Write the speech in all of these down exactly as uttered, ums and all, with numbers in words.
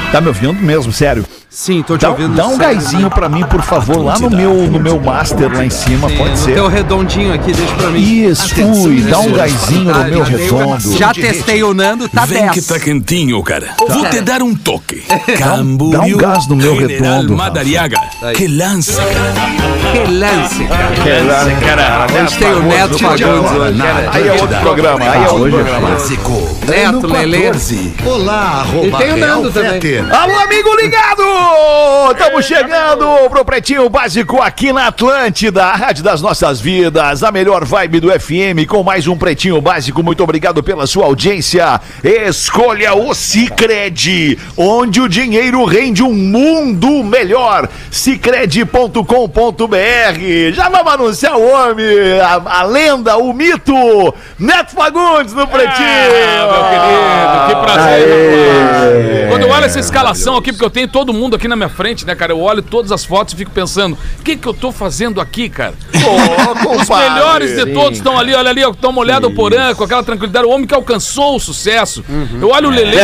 Tá me ouvindo mesmo, sério? Sim, tô te dá, ouvindo. Dá um gásinho pra mim, por favor, lá no meu, no meu master lá em cima, Sim, pode no ser. teu redondinho aqui, deixa pra mim. Isso, ui, dá um gásinho no meu redondo. Já testei o Nando, tá Vem dez. que tá quentinho, cara. Vou te dar um toque. Camboriú, dá um gás no meu General redondo, Madariaga. Que lance, cara. Que lance, cara. Que lance, cara. Testei o Neto Fagundes hoje. Aí é outro programa, aí é outro programa. Neto, Lelê. Olá, arroba E tem o Nando também. Alô, amigo ligado! Estamos chegando pro Pretinho Básico aqui na Atlântida, a rádio das nossas vidas, a melhor vibe do F M, com mais um Pretinho Básico. Muito obrigado pela sua audiência. Escolha o Sicredi, onde o dinheiro rende um mundo melhor. Sicredi ponto com ponto br. Já vamos anunciar o homem, a, a lenda, o mito, Neto Fagundes no Pretinho. Ah, meu querido, que prazer. Aê. Quando eu olho essa escalação aqui, porque eu tenho todo mundo aqui na minha frente, né, cara? Eu olho todas as fotos e fico pensando, o que que eu tô fazendo aqui, cara? Pô, Os melhores de todos estão ali, olha ali, dá uma olhada ao Porã, com aquela tranquilidade, o homem que alcançou o sucesso. Uhum. Eu olho o Lelê,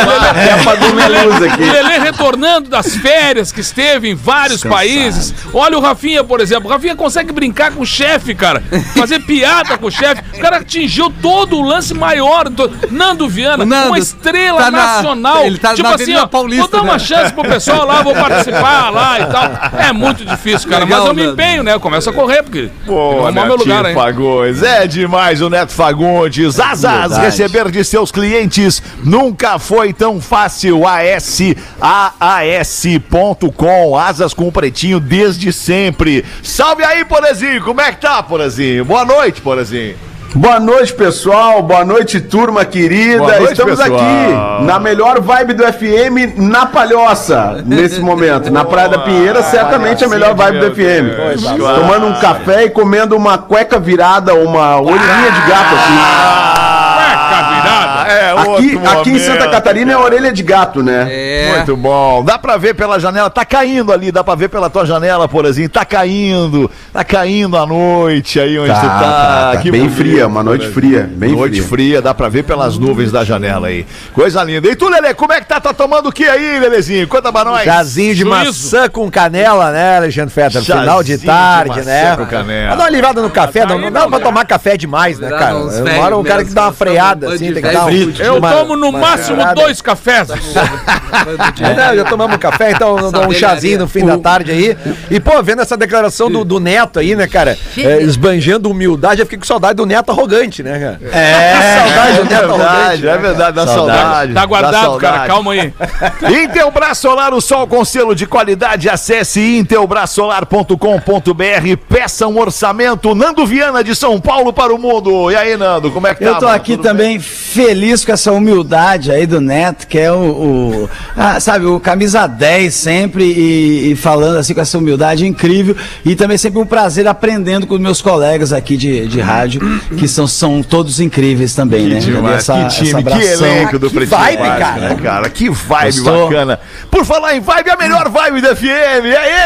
o Lelê, o Lelê retornando das férias que esteve em vários Descansado. países. Olha o Rafinha, por exemplo. O Rafinha consegue brincar com o chefe, cara. Fazer piada com o chefe. O cara atingiu todo o lance maior. Nando Viana, Nando, uma estrela tá na, nacional. ele tá tipo na assim, ó, Paulista, vou dar uma né? chance pro pessoal lá, vou participar lá e tal. É muito difícil, cara. Legal, mas eu me Nando. empenho, né? Eu começo a correr, porque Pô, vou arrumar meu lugar, hein? Fagundes, é demais o Neto Fagundes. Asas, receber de seus clientes nunca foi tão fácil. A S A A S ponto com, asas com o Pretinho desde sempre. Salve aí, Porazinho, como é que tá, Porazinho? Boa noite, Porazinho. Boa noite, pessoal. Boa noite, turma querida. Boa noite, Estamos pessoal. aqui na melhor vibe do F M, na Palhoça, nesse momento. Na Praia da Pinheira, certamente a melhor vibe do F M. Deus, Tomando um café e comendo uma cueca virada, uma orelhinha de gato aqui. Cueca virada. É, Aqui, outro aqui em momento. Santa Catarina é orelha de gato, né? É. Muito bom. Dá pra ver pela janela, tá caindo ali, dá pra ver pela tua janela, Porazinho. Tá caindo, tá caindo a noite aí onde Tá, tu tá. tá, tá Que bem bonito, fria, uma noite Porazinho. fria, bem Noite fria. fria, dá pra ver pelas nuvens da janela aí. Coisa linda. E tu, Lelê, como é que tá? Tá tomando o que aí, Lelezinho? Conta pra nós. Chazinho de Juízo. maçã com canela, né, Alexandre Fetter? Chazinho Final de de tarde, maçã né? com canela. Pra dar uma livrada no café, não, não dá pra né? tomar café demais, né, cara? uns Eu velhos moro um cara que mesmo, dá uma que freada, são assim, tem que velho dar um... frito. Eu uma- tomo no uma máximo freada. dois cafés. É, já tomamos um café, então dá um Sabelharia. chazinho no fim da tarde aí. E, pô, vendo essa declaração do, do Neto aí, né, cara? É, esbanjando humildade, eu fiquei com saudade do Neto arrogante, né, cara? É, saudade do é Neto verdade, arrogante, é verdade, dá saudade. Tá dá guardado, saudade. cara. Calma aí. Intelbras Solar, o sol com selo de qualidade. Acesse intelbras solar ponto com ponto br. Peça um orçamento. Nando Viana de São Paulo para o mundo. E aí, Nando, como é que tá? Eu tô mano? aqui Tudo também feliz com essa humildade aí do Neto, que é o, o ah, sabe, o camisa dez sempre e, e falando assim com essa humildade incrível, e também sempre um prazer aprendendo com os meus colegas aqui de, de rádio, que são, são todos incríveis também, Que né? demais, Essa- que essa time, que abração. elenco do Que Pretinho vibe, Básico, cara. né, cara? Que vibe Gostou? bacana. Por falar em vibe, a melhor vibe da F M. É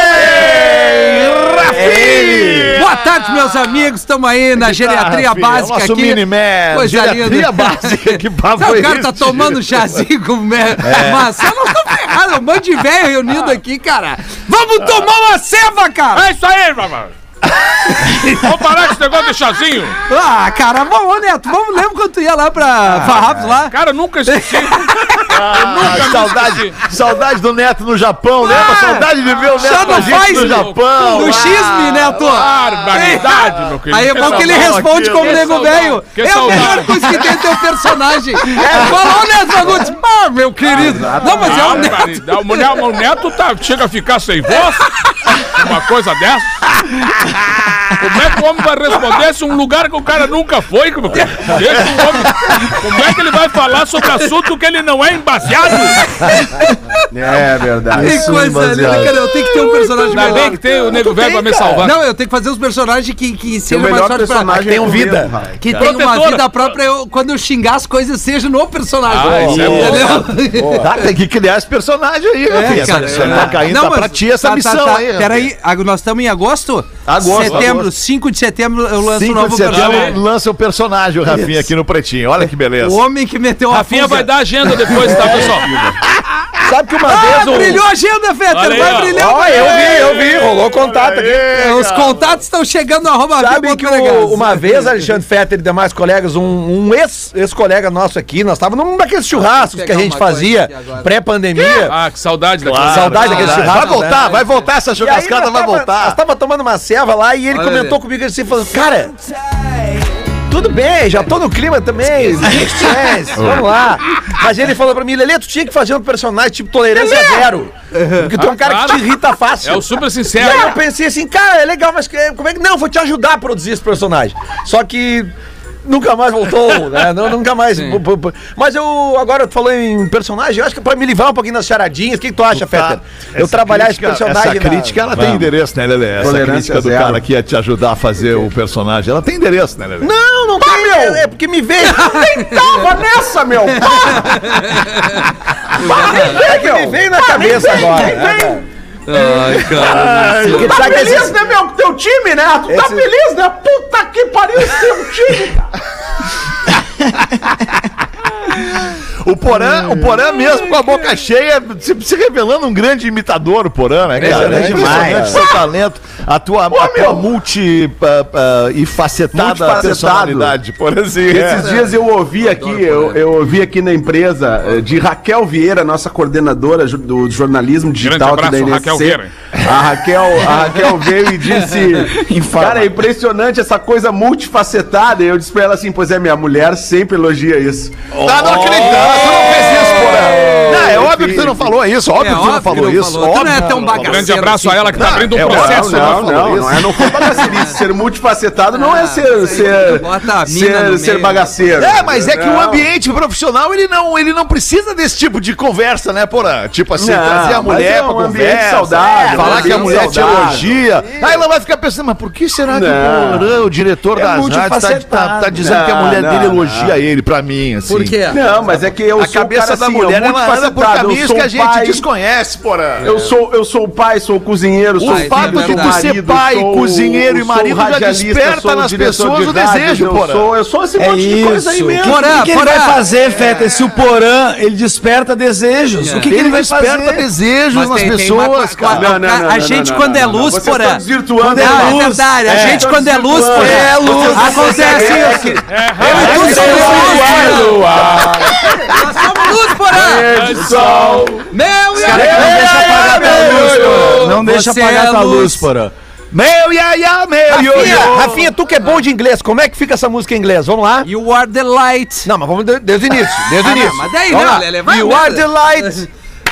ele, homem! Rafinha! Boa tarde, meus amigos. Estamos aí na geriatria Rafinha, básica nosso aqui. mini-man. Coisa Geriatria linda. básica, que papo Não, é o cara esse, tá tomando gente? chazinho com me... maçã. Nós estamos ferrados. Um monte de velho reunido aqui, cara. Vamos tomar uma ceva, cara. É isso aí, mamãe. Vamos parar com esse negócio de chazinho. Ah, cara, vamos, ô, Neto, vamos, lembra quando tu ia lá pra Farrapos lá? Cara, eu nunca esqueci. Ah, saudade, saudade do Neto no Japão, lembra? Ah, Saudade de ver o Neto já com a não gente faz no Japão. do Ah, X-Me, Neto. Barbaridade, meu querido. Aí é bom que ele saudade responde aqui, como que nego saudade, velho. que É a saudade. melhor coisa que tem teu personagem. É falar, ô Neto Fagundes. Ah, meu querido. Não, mas é o Neto. Barbaridade. O Neto, o Neto tá, chega a ficar sem voz. Uma coisa dessa. Como é que o homem vai responder se um lugar que o cara nunca foi? Como, Deixa o homem, como é que ele vai falar sobre assunto que ele não é embaseado? É verdade. Que coisa linda, cara. Eu tenho que ter um personagem Ainda bem melhor. que tem o nego velho pra me salvar. Não, eu tenho que fazer os personagens que, que Seu sejam mais melhor fáceis pra... personagem tenham é tu vida. mesmo, Rafa. Que tem uma Protetora. vida própria, eu, quando eu xingar as coisas, seja no personagem. Ah, isso é bom. Entendeu? Tá, tem que criar esse personagem aí, meu filho. cara, Essa- é. tá caindo, tá mas pra ti essa tá, missão tá, tá. aí. Peraí, ag- nós estamos em agosto? Agosto, Setembro, agosto. cinco de setembro eu lanço um cinco novo de setembro personagem. lança o personagem, o Rafinha, aqui no Pretinho. Olha que beleza. O homem que meteu a Rafinha fuga. vai dar agenda depois, tá, pessoal? sabe que uma Ah, vez o... brilhou a agenda, Fetter. Olha aí, Vai ó. brilhar. Ó, eu vi, eu vi, rolou contato aqui. É, Os contatos estão chegando no arroba Sabe vivo que ponto menegasso. o- uma vez, Alexandre Fetter e demais colegas, um, um ex, ex-colega nosso aqui, nós estávamos num daqueles churrascos que a pegar gente uma fazia coisa aqui agora. pré-pandemia. Ah, que saudade Claro, daquela. Saudade daqueles Vai churrascos. voltar, né? vai voltar essa E aí, churrascada, nós vai tava- voltar. Nós tava tomando uma ceva lá e ele Olha comentou ali. comigo assim, falando, cara, tudo bem, já tô no clima também, vamos lá. Mas ele falou pra mim, Lelê, tu tinha que fazer um personagem tipo tolerância zero, porque tu é um Ah, cara que claro. te irrita fácil. É o super E sincero. aí eu pensei assim, cara, é legal, mas que- como é que... Não, vou te ajudar a produzir esse personagem. Só que... Nunca mais voltou, né? Não, nunca mais. Sim. P- p- Mas eu, agora, tu falou em personagem, eu acho que pra me livrar um pouquinho das charadinhas, o que, que tu acha, Fetter? Eu Essa trabalhar crítica- esse personagem. Essa crítica, ela tem Vamos. endereço, né, Lelê? Essa Tolerância crítica do zero. cara que ia te ajudar a fazer o personagem, ela tem endereço, né, Lelê? Não, não tem, meu! é, é porque me veio. Tava nessa, meu! É que me veio na cabeça agora. né, cara? Ai, cara. Porque Tá sabe que feliz, esses- né, meu? Com teu time, né? Tu tá Esse- feliz, né? Puta que pariu, esse teu time, cara! O Porã, o Porã mesmo com a boca cheia, se, se revelando um grande imitador, o Porã, né, cara? Impressionante demais, Impressionante seu talento, a tua, a tua meu. multi ah, ah, e facetada Multifacetado. personalidade, Porãzinho. Esses dias eu ouvi aqui, eu, eu ouvi aqui na empresa eh, de Raquel Vieira, nossa coordenadora ju- do jornalismo digital aqui da abraço, N S C. Raquel Vieira. A Raquel, a Raquel veio e disse: cara, é impressionante essa coisa multifacetada. E eu disse pra ela assim: pois é, minha mulher sempre elogia isso. Tá, não acreditando, tu não fez isso, Porã. Não, é óbvio que tu não enfim. falou isso, óbvio É que tu não óbvio falou que não isso. falou. Tu não é óbvio. tão bagaceiro. Grande abraço a ela que tá abrindo um é processo. óbvio, Não, não não, falou não, é, não foi bagaceirice. Ser multifacetado não é ser, ser, bota a mina ser, no ser meio. bagaceiro. É, mas é que o Não. ambiente profissional, ele não, ele não precisa desse tipo de conversa, né, Porã? Tipo assim, Não, trazer a mas mulher é pra um ambiente conversa, saudável, falar um que a ambiente mulher te saudável. elogia. Aí ela vai ficar pensando, mas por que será que Não. o Porã, o diretor É das rádios, tá, tá, multifacetado. tá dizendo que a Não, mulher não, dele não. elogia ele, pra mim, assim? Por quê? Não, mas é que eu A sou cabeça um cara da assim, mulher, ó, ela anda por multifacetado. Eu caminhos sou que a um gente pai, desconhece, Porã. Eu sou, eu sou o pai, sou o cozinheiro, sou O Pai, fato é de tu verdade. ser pai, sou- cozinheiro e sou marido já radialista, desperta sou nas diretor pessoas de o rádio, desejo, eu Porã. sou, eu sou esse É monte de coisa aí isso. mesmo. Porã, O que ele Porã. vai fazer, Fetter, se o Porã, ele desperta desejos? O que, que ele, Ele vai desperta fazer? desejos Mas nas tem- tem pessoas, uma- cara. Não, não, não, a gente, quando é luz, Vocês Porã. estão desvirtuando Quando é, a é luz. verdade, a É. gente, quando é luz, Estão Porã. desvirtuando. É luz. Vocês Acontece conseguem- isso. É, Nós é, somos é, Nós somos luz, Porã. é, de sol. Meu Cara, que não deixa apagar tua luz, Porã. Não deixa Você apagar é tua luz. luz, Porã. Meu iaia, meu Rafinha, ioiô. Rafinha, tu que é bom de inglês, como é que fica essa música em inglês? Vamos lá? You are the light. Não, mas vamos de- desde o início, desde o Ah, não, início. mas daí Vamos não, lá. Lelê, vai You mesmo. are the light.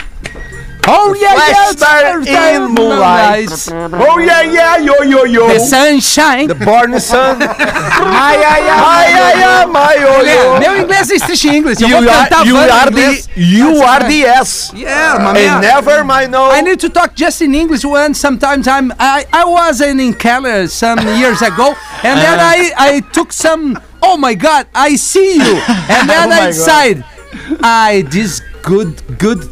Oh, yeah, Flash star in moonlight. Oh, yeah, yeah, yo, yo, yo. The sunshine. The born sun. Ai, ai, ai, ai, ai, my, oh, É, oh. meu inglês é Stitch English. Eu You vou are, cantar you Wanda em are inglês. the, you are the yes. Yeah, my And man. never mind no. I need to talk just in English when sometimes I'm I, I was in, in Keller some years ago and then I, I took some oh my god I see you and then Oh my I decide I this good good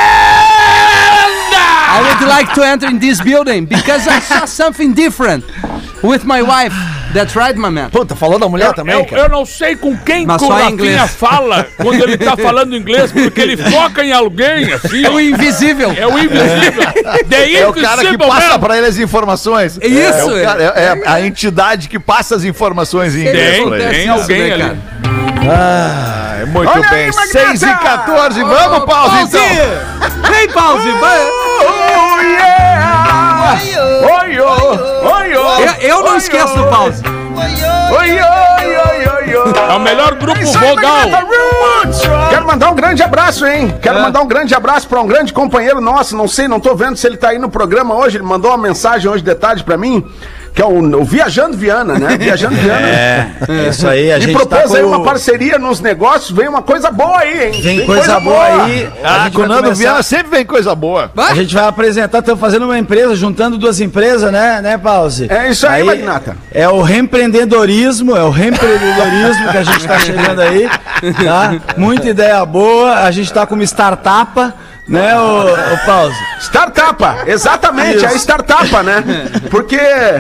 I would like to enter in this building because I saw something different with my wife. That's right, my man. Puta, falou da mulher também, Eu, cara. eu não sei com quem Mas que o só em Rafinha inglês. fala quando ele tá falando inglês, porque ele foca em alguém, assim. O invisível. É o invisível. The É o cara que invisible passa man. pra ele as informações. É isso, É, o é. cara- é- é a entidade que passa as informações em inglês Tem, pra ele. tem Isso, alguém né, ali. cara? Ah, muito Olha bem. aí, Magnata! seis e quatorze, vamos, pause então. Vem, pause. Vai. Oh, yeah. Oi, oi, oi, oi. Eu, eu não esqueço do pause. Oi, oi, oi, oi, oi. É o melhor grupo Isso aí, vogal. Magnata Roots. Quero mandar um grande abraço, hein? Quero mandar um grande abraço pra um grande companheiro nosso. Não sei, não tô vendo se ele tá aí no programa hoje. Ele mandou uma mensagem hoje de tarde pra mim, que é o, o Viajando Viana, né? Viajando Viana. É, isso aí, a Me gente propôs tá com... aí uma parceria nos negócios. Vem uma coisa boa aí, hein? Vem coisa boa aí. Ah, gente com o vai Nando começar- Viana sempre vem coisa boa. A gente vai apresentar, estamos fazendo uma empresa, juntando duas empresas, né, né, Pause? É isso aí, Magnata. É o reempreendedorismo, é o reempreendedorismo que a gente está chegando aí, tá? Muita ideia boa, a gente está com uma startup, né, o, o Pause? Startup, exatamente, Isso. é a startup, né? Porque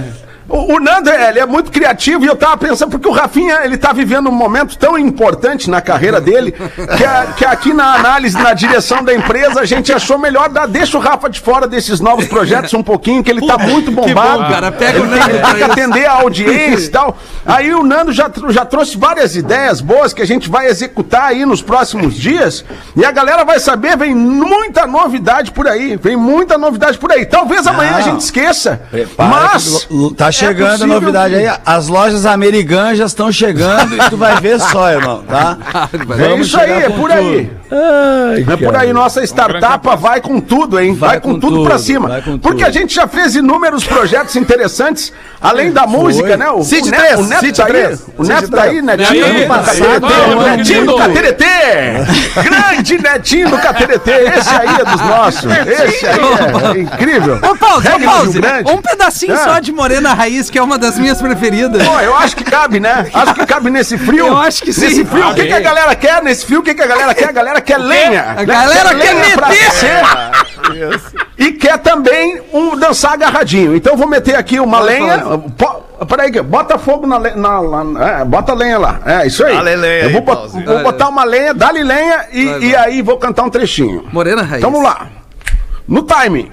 O, o Nando, ele é muito criativo e eu tava pensando, porque o Rafinha, ele tá vivendo um momento tão importante na carreira dele, que, a, que aqui na análise, na direção da empresa, a gente achou melhor dar, deixa o Rafa de fora desses novos projetos um pouquinho, que ele tá muito bombado. bom, cara, pega o ele Nando tem, pra tem que isso. atender a audiência e tal. Aí o Nando já, já trouxe várias ideias boas que a gente vai executar aí nos próximos dias, e a galera vai saber, vem muita novidade por aí, vem muita novidade por aí. Talvez amanhã Não. a gente esqueça, Prepara mas... que lo- tá chegando é a possível novidade que- aí. As lojas americanas estão chegando e tu vai ver só, irmão, tá? É Vamos isso aí, chegar é com por tudo. aí. É por aí, nossa startup vai com tudo, hein? Vai, Vai com, com tudo, tudo, pra cima. vai com Porque tudo. a gente já fez inúmeros projetos interessantes, além da música, né? O, City o Neto, três, o Neto City tá aí. três. O Neto City tá aí, três. Netinho E aí, do passado, Cateretê. ô, Netinho do querido. Cateretê. Grande Netinho do Cateretê. Esse aí é dos nossos. Esse aí é, é incrível. Ô, Pause, ô, Regra do Pause. Rio Grande. Um pedacinho Ah. só de Morena Raiz, que é uma das minhas preferidas. Pô, eu acho que cabe, né? Acho que cabe nesse frio. Eu acho que sim. Nesse frio, o que, que a galera quer nesse frio? O que, que a galera quer? A galera quer lenha. A galera quer lenha pra meter. ser. E quer também um dançar agarradinho. Então eu vou meter aqui uma lenha. Po- Peraí, que- bota fogo na lenha. Na, na- é, bota lenha lá. É, isso aí. Dá-lhe lenha eu vou, aí, bot- Pauzinho. vou botar uma lenha, dá-lhe lenha e, Vai, e vai. aí vou cantar um trechinho. Morena Raiz. Então vamos lá. No timing.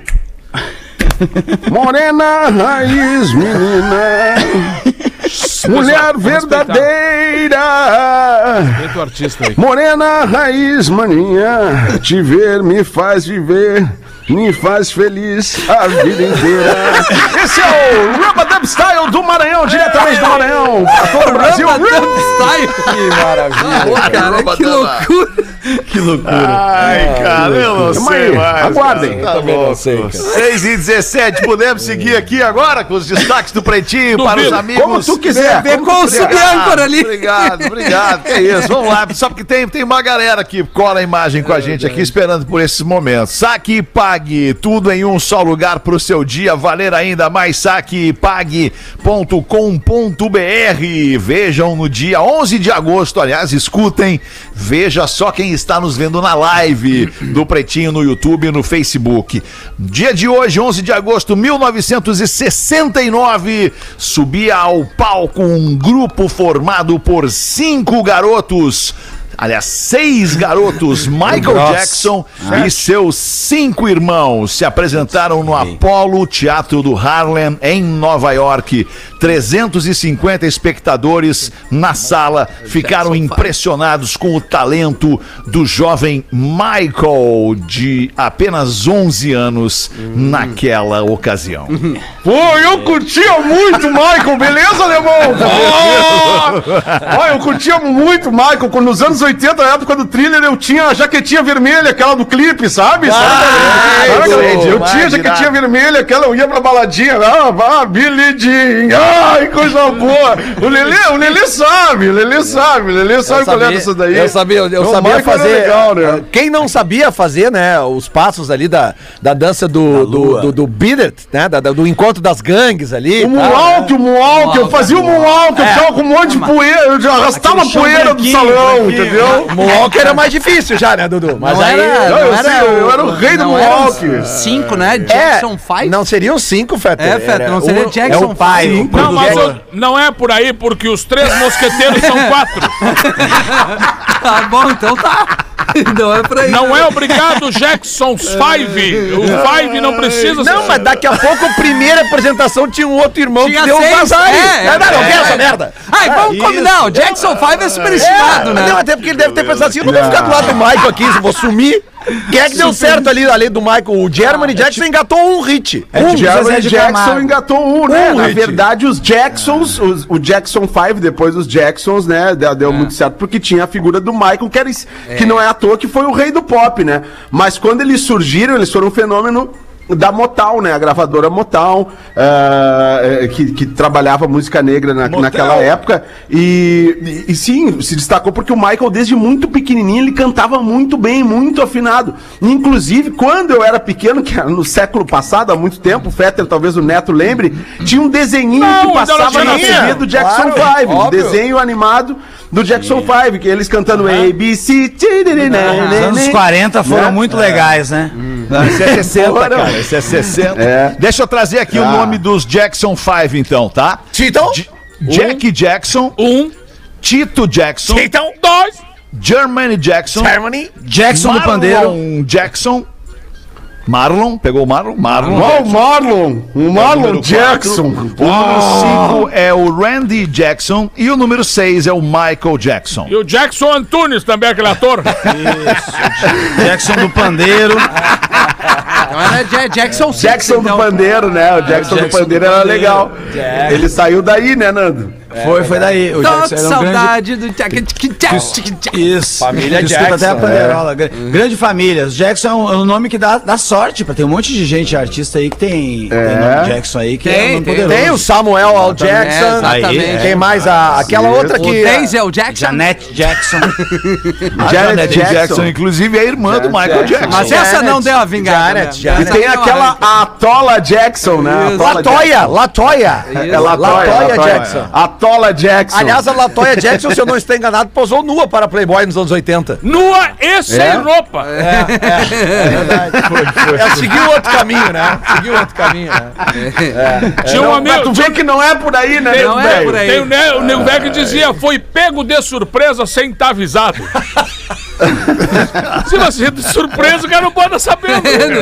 Morena, raiz, menina. Mulher verdadeira. Feito artista aí. Morena, raiz, maninha. Te ver me faz viver. Me faz feliz a vida inteira. Esse é o Rubadub Style do Maranhão, diretamente do Maranhão. Pra todo o Brasil. Rubadub Style. Que maravilha. Pô, cara, que loucura. Que loucura. Ai, cara, eu não Tamo sei aí, mais. aguardem. Cara, tá louco. seis e dezessete, podemos seguir aqui agora com os destaques do Pretinho para os Duvido. amigos. Como tu quiser. Vê como com tu o quiser. sub-âncora ali. Obrigado, obrigado. Que isso, vamos lá. Só porque tem, tem uma galera que cola a imagem com a gente aqui, esperando por esses momentos. Saque e pague, tudo em um só lugar para o seu dia valer ainda mais. saque e pague ponto com ponto b r. Vejam no dia onze de agosto, aliás, escutem, veja só quem está nos vendo na live do Pretinho no YouTube e no Facebook. Dia de hoje, onze de agosto de mil novecentos e sessenta e nove, subia ao palco um grupo formado por cinco garotos. Aliás, seis garotos, Michael Nossa. Jackson e seus cinco irmãos se apresentaram no Apollo Teatro do Harlem, em Nova York. trezentos e cinquenta espectadores na sala ficaram impressionados com o talento do jovem Michael, de apenas onze anos, naquela ocasião. Pô, eu curtia muito Michael, beleza, alemão? Ó, ó, eu curtia muito Michael, quando nos anos oitenta, na época do Thriller, eu tinha a jaquetinha vermelha, aquela do clipe, sabe? Sabe? Ai, Sabe? Eu vai, tinha a jaquetinha virado. vermelha, aquela, eu ia pra baladinha, ah, vá, Billy Jean, ai, coisa boa. O Lelê, o Lelê sabe, o Lelê sabe, o Lelê sabe qual é dessa daí. Eu sabia, eu, eu O sabia Michael era fazer. legal, né? Quem não sabia fazer, né, os passos ali da, da dança do, do, do, do Beat It, né, da, da- do encontro das gangues ali. O e tal, Moonwalk, né? o Moonwalk, eu fazia o Moonwalk, eu É. ficava com um monte de poeira, eu já arrastava a Aquele chão poeira do branquinho, salão, branquinho. entendeu? O Moonwalk era mais difícil já, né, Dudu? Mas Não aí. era, não, não eu era sei, eu era o rei do não era Moonwalk. os Cinco, né? É, Jackson Five? não seriam cinco, Fetter. É, Fetter, Era não seria um- Jackson é o pai. Five. cinco Não, do mas Jackson. eu- não é por aí, porque os três mosqueteiros são quatro. Tá bom, então tá. Não é pra aí. Não é obrigado, Jackson's Five. O Five não precisa Não, mas daqui a pouco, a primeira apresentação tinha um outro irmão Tinha que deu um seis, vazar. é, não, não, não é, quero é. essa merda. Ai, vamos isso. combinar. O Jackson Five é superestimado, É, né? não, até porque ele deve ter pensado assim, eu não vou ficar do lado do Michael aqui, eu vou sumir. Quem é que deu certo ali, além do Michael? O Germany Jackson engatou um hit. É O tipo Jeremy Zezé de Jackson Camargo. engatou um, né? Um Na hit. verdade, os Jacksons, os- o Jackson Five, depois os Jacksons, né? Deu, deu muito certo, porque tinha a figura do Michael, que, era, es- que não é à toa que foi o rei do pop, né? Mas quando eles surgiram, eles foram um fenômeno da Motown, né? A gravadora Motown, eh, que, que trabalhava música negra na- Motown. naquela época. E, e, e sim, se destacou porque o Michael, desde muito pequenininho, ele cantava muito bem, muito afinado. Inclusive, quando eu era pequeno, que era no século passado, há muito tempo, o Fetter, talvez o Neto lembre, tinha um desenhinho Não, que ainda não passava na tinha. T V do Jackson Claro, Five, um óbvio. desenho animado do Jackson Five, que eles cantando A, B, C, T, D, D, Os anos quarenta foram Né? muito legais, né? Não, esse é sessenta, cara. Esse é sessenta. É. Deixa eu trazer aqui Ah. o nome dos Jackson Five, então, tá? Então? J- Jack Jackson, Um, Tito Jackson, Então? dois, Germany Jackson, Harmony? Jackson do pandeiro. Marlon Jackson, Marlon, pegou o Marlon? Marlon. Ó, o Marlon. O Marlon número Jackson. O número cinco é o Randy Jackson e o número seis é o Michael Jackson. e o Jackson Antunes também, aquele ator. Jackson do pandeiro. Então era Ja- Jackson Six, Jackson do então. Pandeiro, né? O Jackson, Jackson do Pandeiro do era Pandeiro. legal. Ele saiu daí, né, Nando? Foi, foi daí. O Tô Jackson com era um grande... saudade do Jack. Isso. Família Escuta Jackson, até a panderola. Gra- Grande família. Jackson é um, é um nome que dá, dá sorte, pra ter um monte de gente, artista aí que tem, tem nome Jackson aí, que é um Tem, nome tem. poderoso. Tem o Samuel L. É, Jackson. exatamente. Tem mais a, aquela outra O que... Denzel Jackson. Janete Jackson. A Janet Jackson. inclusive, é a irmã do Michael Jackson. Mas essa não deu a vingada. Janet, né? Janet. E Essa tem não deu aquela a- Atola Jackson, né? Isso. Atola Latoya, Latoya. É Latoya, Latoya Latoya Jackson. Atola Jackson. Aliás, a Latoya Jackson, se eu não estou enganado, posou nua para Playboy nos anos oitenta. Nua e sem É? roupa. Ela seguiu outro caminho, né? Seguiu outro caminho, né? Tinha um Não, amigo. mas tu vê que não é por aí, né, Não é velho? por aí. Tem o, ne- o nego velho que dizia, foi pego de surpresa sem estar avisado. Se você é de surpresa, o cara não pode estar sabendo.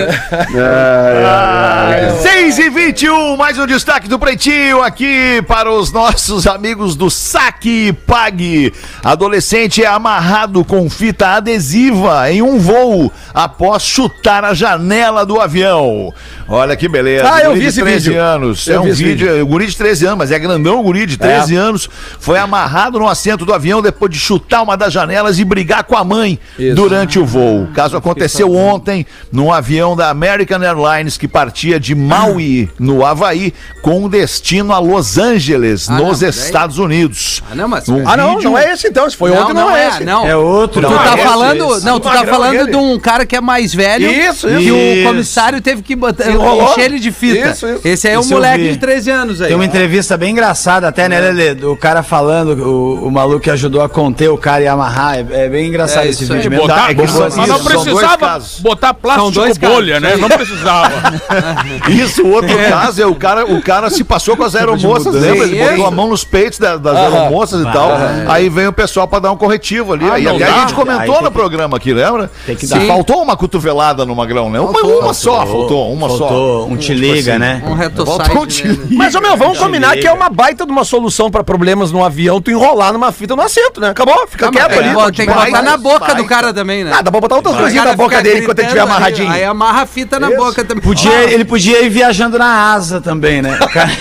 seis e vinte e um, mais um destaque do Pretinho aqui para os nossos amigos do Saque e Pague. Adolescente é amarrado com fita adesiva em um voo após chutar a janela do avião. Olha que beleza. Ah, eu Guri vi de esse treze vídeo. anos. Eu é um vi esse vídeo, é um guri de treze anos, mas é grandão o guri de treze anos. Foi amarrado no assento do avião depois de chutar uma das janelas e brigar com a mãe durante o voo. O caso aconteceu ontem num avião da American Airlines que partia de Maui, no Havaí, com destino a Los Angeles, Ah, nos não, Estados Unidos. Ah, não, mas... Um Ah, não, vídeo- não é esse então. Se foi Não, ontem, não, não é é, esse. não. É outro. Tu não, tá é falando, esse. não, tu tá Magrão falando aquele. de um cara que é mais velho. Isso, Que isso. o Isso. comissário teve que botar, Enrolou. encher ele de fita. Isso, isso. Esse aí é um Isso eu moleque vi. de treze anos aí. Tem uma entrevista bem engraçada até, né, Lelê? Do cara falando, o, o maluco que ajudou a conter o cara e amarrar. É, é bem engraçado É esse isso aí. vídeo mesmo. Botar, é que são- mas não isso, são dois precisava casos. botar São plástico dois bolha, casos. né? Não precisava. Isso, o outro caso é o cara, o cara se passou com as aeromoças, lembra? Ele Sim. botou a mão nos peitos da- das aeromoças e tal. Aí vem o pessoal pra dar um corretivo ali. Ah, aí não até dá? a gente comentou Aí no tem que- programa aqui, lembra? Tem que Sim. dar. Faltou uma cotovelada no Magrão, né? Uma, uma só, faltou, uma só. Faltou um te liga, né? Um Faltou um retosite. te né? liga. Mas, ô meu, vamos combinar que é uma baita de uma solução pra problemas no avião, tu enrolar numa fita no assento, né? Acabou, fica Tá, mas quieto tem, ali. que- tem que vai, botar na boca vai, do cara também, né? Ah, dá pra botar outras O coisinhas cara na boca fica dele enquanto ele estiver gritando ali, amarradinho. Aí amarra a fita na boca também. Podia, ele podia ir viajando na asa também, né? O cara-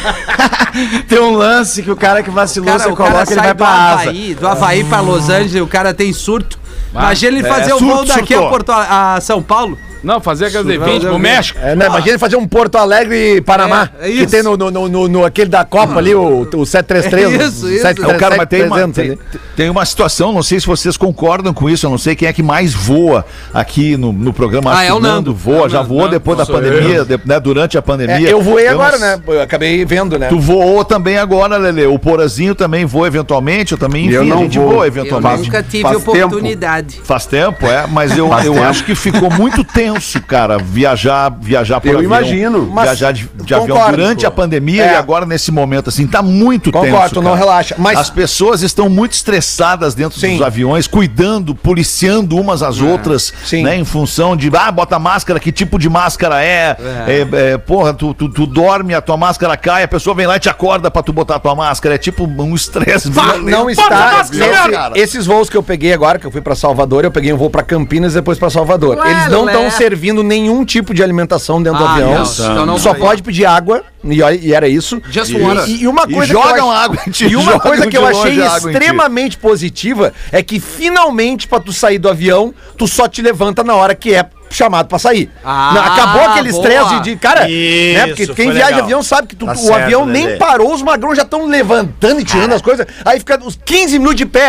Tem um lance que o cara que vacilou, Cara, você o cara coloca, ele sai vai do pra asa. Havaí, do Havaí pra Los Angeles, o cara tem surto. Imagina ele fazer o surto, voo daqui surtou. a, Porto, a São Paulo. Não, fazer aqueles de vinte pro Surrão, México. É, né? Imagina ele fazer um Porto Alegre e Panamá. É, é que isso. tem no, no, no, no, no- aquele da Copa ali, o, o sete três três. É isso, isso. É, o cara, mas tem uma, trezentos tem, ali. tem uma situação, não sei se vocês concordam com isso, eu não sei quem é que mais voa aqui no, no programa. Ah, Acho é o que Nando. voa, É o já Nando, voou Nando. depois da Sou pandemia, de- né, durante a pandemia. É, eu voei não agora, sei- né? Eu acabei vendo, né? Tu voou também agora, Lelê. O Porazinho também voa eventualmente, eu também, enfim, Eu não a gente vou. voa Eu eventualmente. nunca tive faz oportunidade. Faz tempo, é, mas eu, Faz eu tempo. acho que ficou muito tenso, cara, viajar, viajar por Eu avião. imagino. Mas Viajar de, de avião concordo. durante a pandemia É. e agora nesse momento, assim, tá muito Concordo, tenso, tu não cara. relaxa. Mas- As pessoas estão muito estressadas dentro Sim. dos aviões, cuidando, policiando umas às outras, Sim. né, em função de, ah, bota máscara, que tipo de máscara é, é, é, porra, tu, tu, tu dorme, a tua máscara cai, a pessoa vem lá e te acorda pra tu botar a tua máscara, é tipo um estresse. violento. Não Bota está. a máscara, Esse- cara. esses voos que eu peguei agora, que eu fui pra Salvador, eu peguei um voo pra Campinas e depois pra Salvador. Ué, Eles não estão Lé. servindo nenhum tipo de alimentação dentro do Ah, avião. não, então não Só vai. pode pedir água, e, olha- e era isso. Just E- water. E, e uma E coisa que eu jogam ach- água em ti, E uma jogam coisa que de eu longe achei água em ti. extremamente positiva é que finalmente, pra tu sair do avião, tu só te levanta na hora que é chamado pra sair. Ah, Não, acabou aquele boa. estresse de, de- cara, Isso, né? Porque quem foi viaja de legal. avião sabe que tu- Tá o certo, avião Lelê. nem parou, os magrões já estão levantando e tirando as coisas. Aí fica uns quinze minutos de pé ali.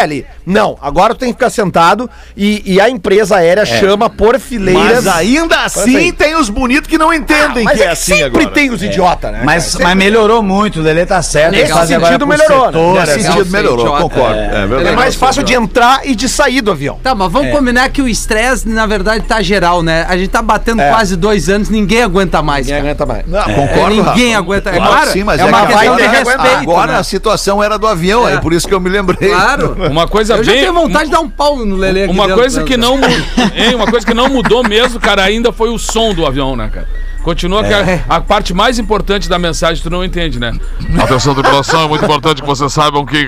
Não, agora tu tem que ficar sentado e, e a empresa aérea chama por fileiras. Mas ainda assim tem os bonitos que não entendem Mas que é, é que assim sempre agora. tem os idiotas, né? Mas, cara? mas melhorou muito, o Lelê tá certo. Nesse eles fazem agora sentido por melhorou, né? setor, Nesse assim. sentido melhorou, idiota. concordo. É, É verdade. mais fácil de entrar e de sair do avião. Tá, mas vamos combinar que o estresse, na verdade, tá geral, né? A gente tá batendo É. quase dois anos, ninguém aguenta mais, Ninguém cara. aguenta mais. Não, É, concordo, ninguém Rafa. aguenta. É Claro, claro, sim, mas é uma que questão agora, de respeito, agora né? a situação era do avião, é, É. por isso que eu me lembrei. Claro. Uma coisa Eu já bem... tenho vontade de dar um pau no Lelê aqui Uma dentro, coisa né? que não, mu- hein, uma coisa que não mudou mesmo, cara, ainda foi o som do avião, né, cara? Continua que a, a parte mais importante da mensagem tu não entende, né? Atenção, tripulação, é muito importante que vocês saibam que...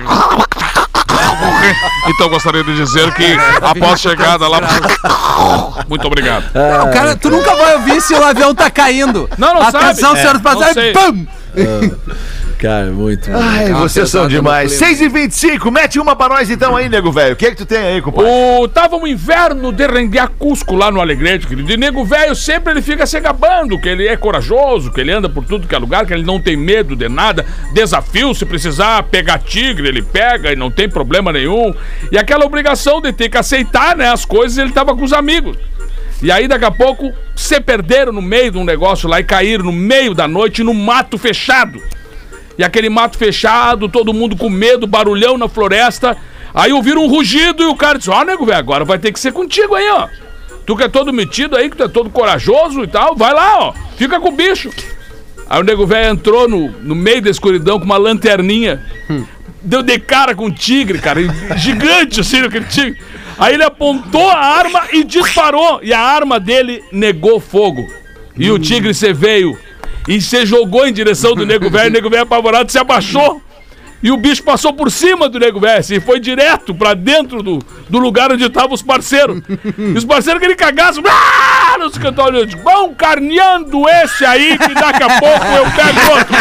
Então gostaria de dizer que após chegada lá... Muito obrigado. Não, cara, tu nunca vai ouvir se o avião tá caindo. Não, não sabe. Atenção, É, senhores não passageiros, sei. pam! Cara, muito. Ai, Tá vocês são pesado no demais. clima. seis e vinte e cinco, mete uma pra nós então aí, nego velho. O que é que tu tem aí, compadre? O, tava um inverno de renguear Cusco lá no Alegrete, querido. E nego velho sempre ele fica se gabando, que ele é corajoso, que ele anda por tudo que é lugar, que ele não tem medo de nada. Desafio, se precisar pegar tigre, ele pega e não tem problema nenhum. E aquela obrigação de ter que aceitar, né, as coisas, ele tava com os amigos. E aí daqui a pouco se perderam no meio de um negócio lá e caíram no meio da noite no mato fechado. E aquele mato fechado, todo mundo com medo, barulhão na floresta. Aí ouviram um rugido e o cara disse: ó, nego velho, agora vai ter que ser contigo aí, ó. Tu que é todo metido aí, que tu é todo corajoso e tal, vai lá, ó. Fica com o bicho. Aí o nego velho entrou no, no meio da escuridão com uma lanterninha. Hum. Deu de cara com um tigre, cara. Gigante assim, aquele tigre. Aí ele apontou a arma e disparou. E a arma dele negou fogo. E hum. o tigre se veio e se jogou em direção do nego velho. O nego velho apavorado se abaixou. E o bicho passou por cima do nego velho e foi direto pra dentro do, do lugar onde estavam os parceiros. E os parceiros queriam cagaço. Ah, nos cantores, vão carneando esse aí que daqui a pouco eu pego outro.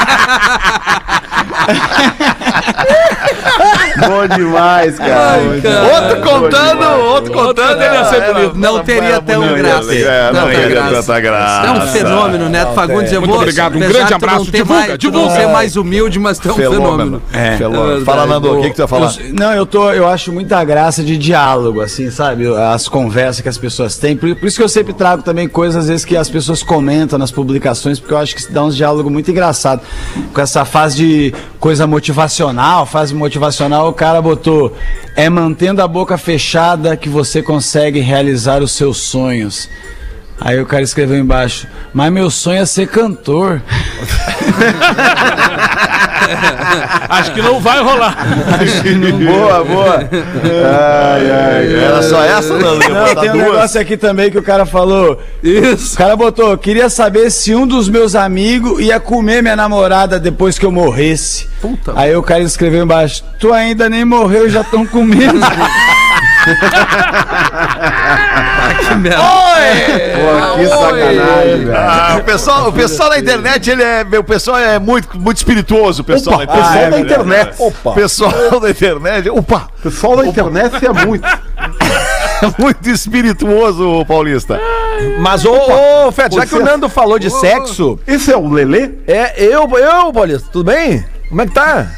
Bom demais, cara. Ai, cara. Outro contando, outro contando. teria sido era- bonito. Não teria tão bonito, graça. é, Não Tanta teria graça. tanta graça. É um fenômeno, Neto Fagundes. Eu Muito vou, obrigado, um apesar grande de tu não abraço. ter Divulga, mais, tu não divulga. ser mais humilde, mas tu é um fenômeno. É. Fenômeno. Fala, Nando, o que, que tu ia falar? Eu- não, eu tô, eu acho muita graça de diálogo, assim, sabe? As conversas que as pessoas têm. Por, por isso que eu sempre trago também coisas, às vezes, que as pessoas comentam nas publicações, porque eu acho que se dá uns diálogos muito engraçados. Com essa fase de coisa motivacional, fase motivacional, o cara botou: é mantendo a boca fechada que você consegue realizar os seus sonhos. Aí o cara escreveu embaixo: mas meu sonho é ser cantor. Acho que não vai rolar. Boa, boa. Ai, ai, era só essa, não? Não, tem um duas. negócio aqui também que o cara falou. Isso. O cara botou: queria saber se um dos meus amigos ia comer minha namorada depois que eu morresse. Puta. Aí o cara escreveu embaixo: tu ainda nem morreu, já estão comendo. Que merda. Pô, que sacanagem, velho. Ah, o pessoal, o pessoal da internet, ele é, o pessoal é muito, muito espirituoso, o pessoal Opa, da internet. pessoal da É, internet. é. Opa. Pessoal da internet, opa, O pessoal da internet é muito. muito espirituoso, Paulista. Mas, ô, ô, Fed, já Você- que o Nando falou de sexo, Esse é o Lelê? é eu, eu, Paulista, tudo bem? Como é que tá?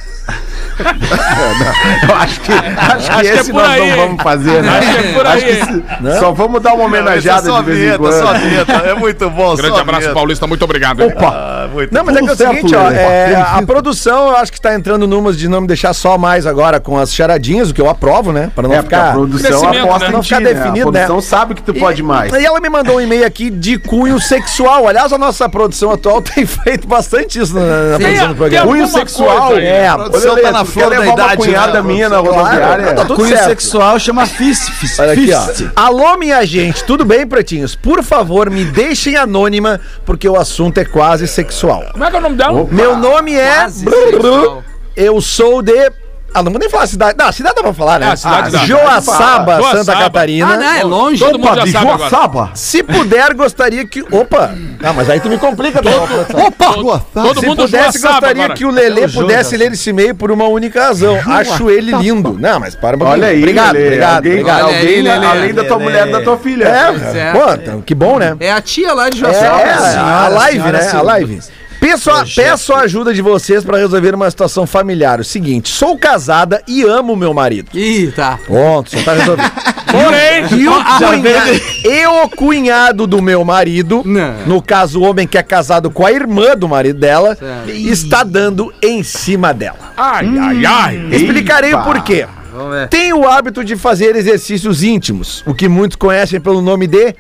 Eu acho que, acho que que é esse por nós aí, não hein? vamos fazer, né? Acho que é por aí, que se- Só vamos dar uma homenageada Não, de vez em vinheta, só quando. vinheta, é muito bom. Grande só abraço, vinheta. Paulista. Muito obrigado. Opa! Ah, muito Não, mas é Tudo que é o certo, seguinte, ó, Lelê. é, a produção eu acho que tá entrando numas de não me deixar só mais agora com as charadinhas, o que eu aprovo, né? Pra não É, porque a ficar... produção Crescimento, aposta né? em Não ti, ficar né? definido, A produção né? sabe que tu pode mais. E ela me mandou um e-mail aqui de cunho sexual. Aliás, a nossa produção atual tem feito bastante isso na, na produção do programa. tem Cunho alguma sexual? coisa aí. É, A a produção Lelê, tá na tu flor quer da levar uma idade. cunhada né, minha na produção? rodoviária? Tá tudo Cunho certo. sexual chama fist. fist, Olha aqui, fist. ó. Alô, minha gente, tudo bem, pretinhos? Por favor, me deixem anônima, porque o assunto é quase sexual. Como é que é o nome dela? Meu nome é... Quase sexual. Eu sou de... Ah, não vou nem falar a cidade. Não, a cidade dá pra falar, né? Ah, a cidade dá. Joaçaba, Joaçaba. Santa Catarina. Ah, não, é longe. Todo mundo Opa, já de sabe agora. Joaçaba? Se puder, gostaria que... Opa! Ah, mas aí tu me complica. Todo, Opa! Todo Se mundo pudesse, Joaçaba gostaria agora. que o Lelê Eu juro, pudesse Joaçaba. ler esse e-mail por uma única razão. Acho ele lindo. Não, mas para um pouquinho. Olha aí, Obrigado, Lelê. obrigado, alguém, obrigado. Olha aí, alguém Lelê. além da tua Lelê. mulher e da tua filha. É, Pois é. pô, então, que bom, né? É a tia lá de É, Joaçaba. a live, senhora né? A Silvia. live. Peço a, peço a ajuda de vocês pra resolver uma situação familiar. O seguinte, sou casada e amo meu marido. Ih, tá. Pronto, já tá resolvido. Porém, e o, cunha... e o cunhado do meu marido, Não. no caso o homem que é casado com a irmã do marido dela, Certo. está dando em cima dela. Ai, ai, ai. Explicarei o porquê. Vamos ver. Tenho o hábito de fazer exercícios íntimos, o que muitos conhecem pelo nome de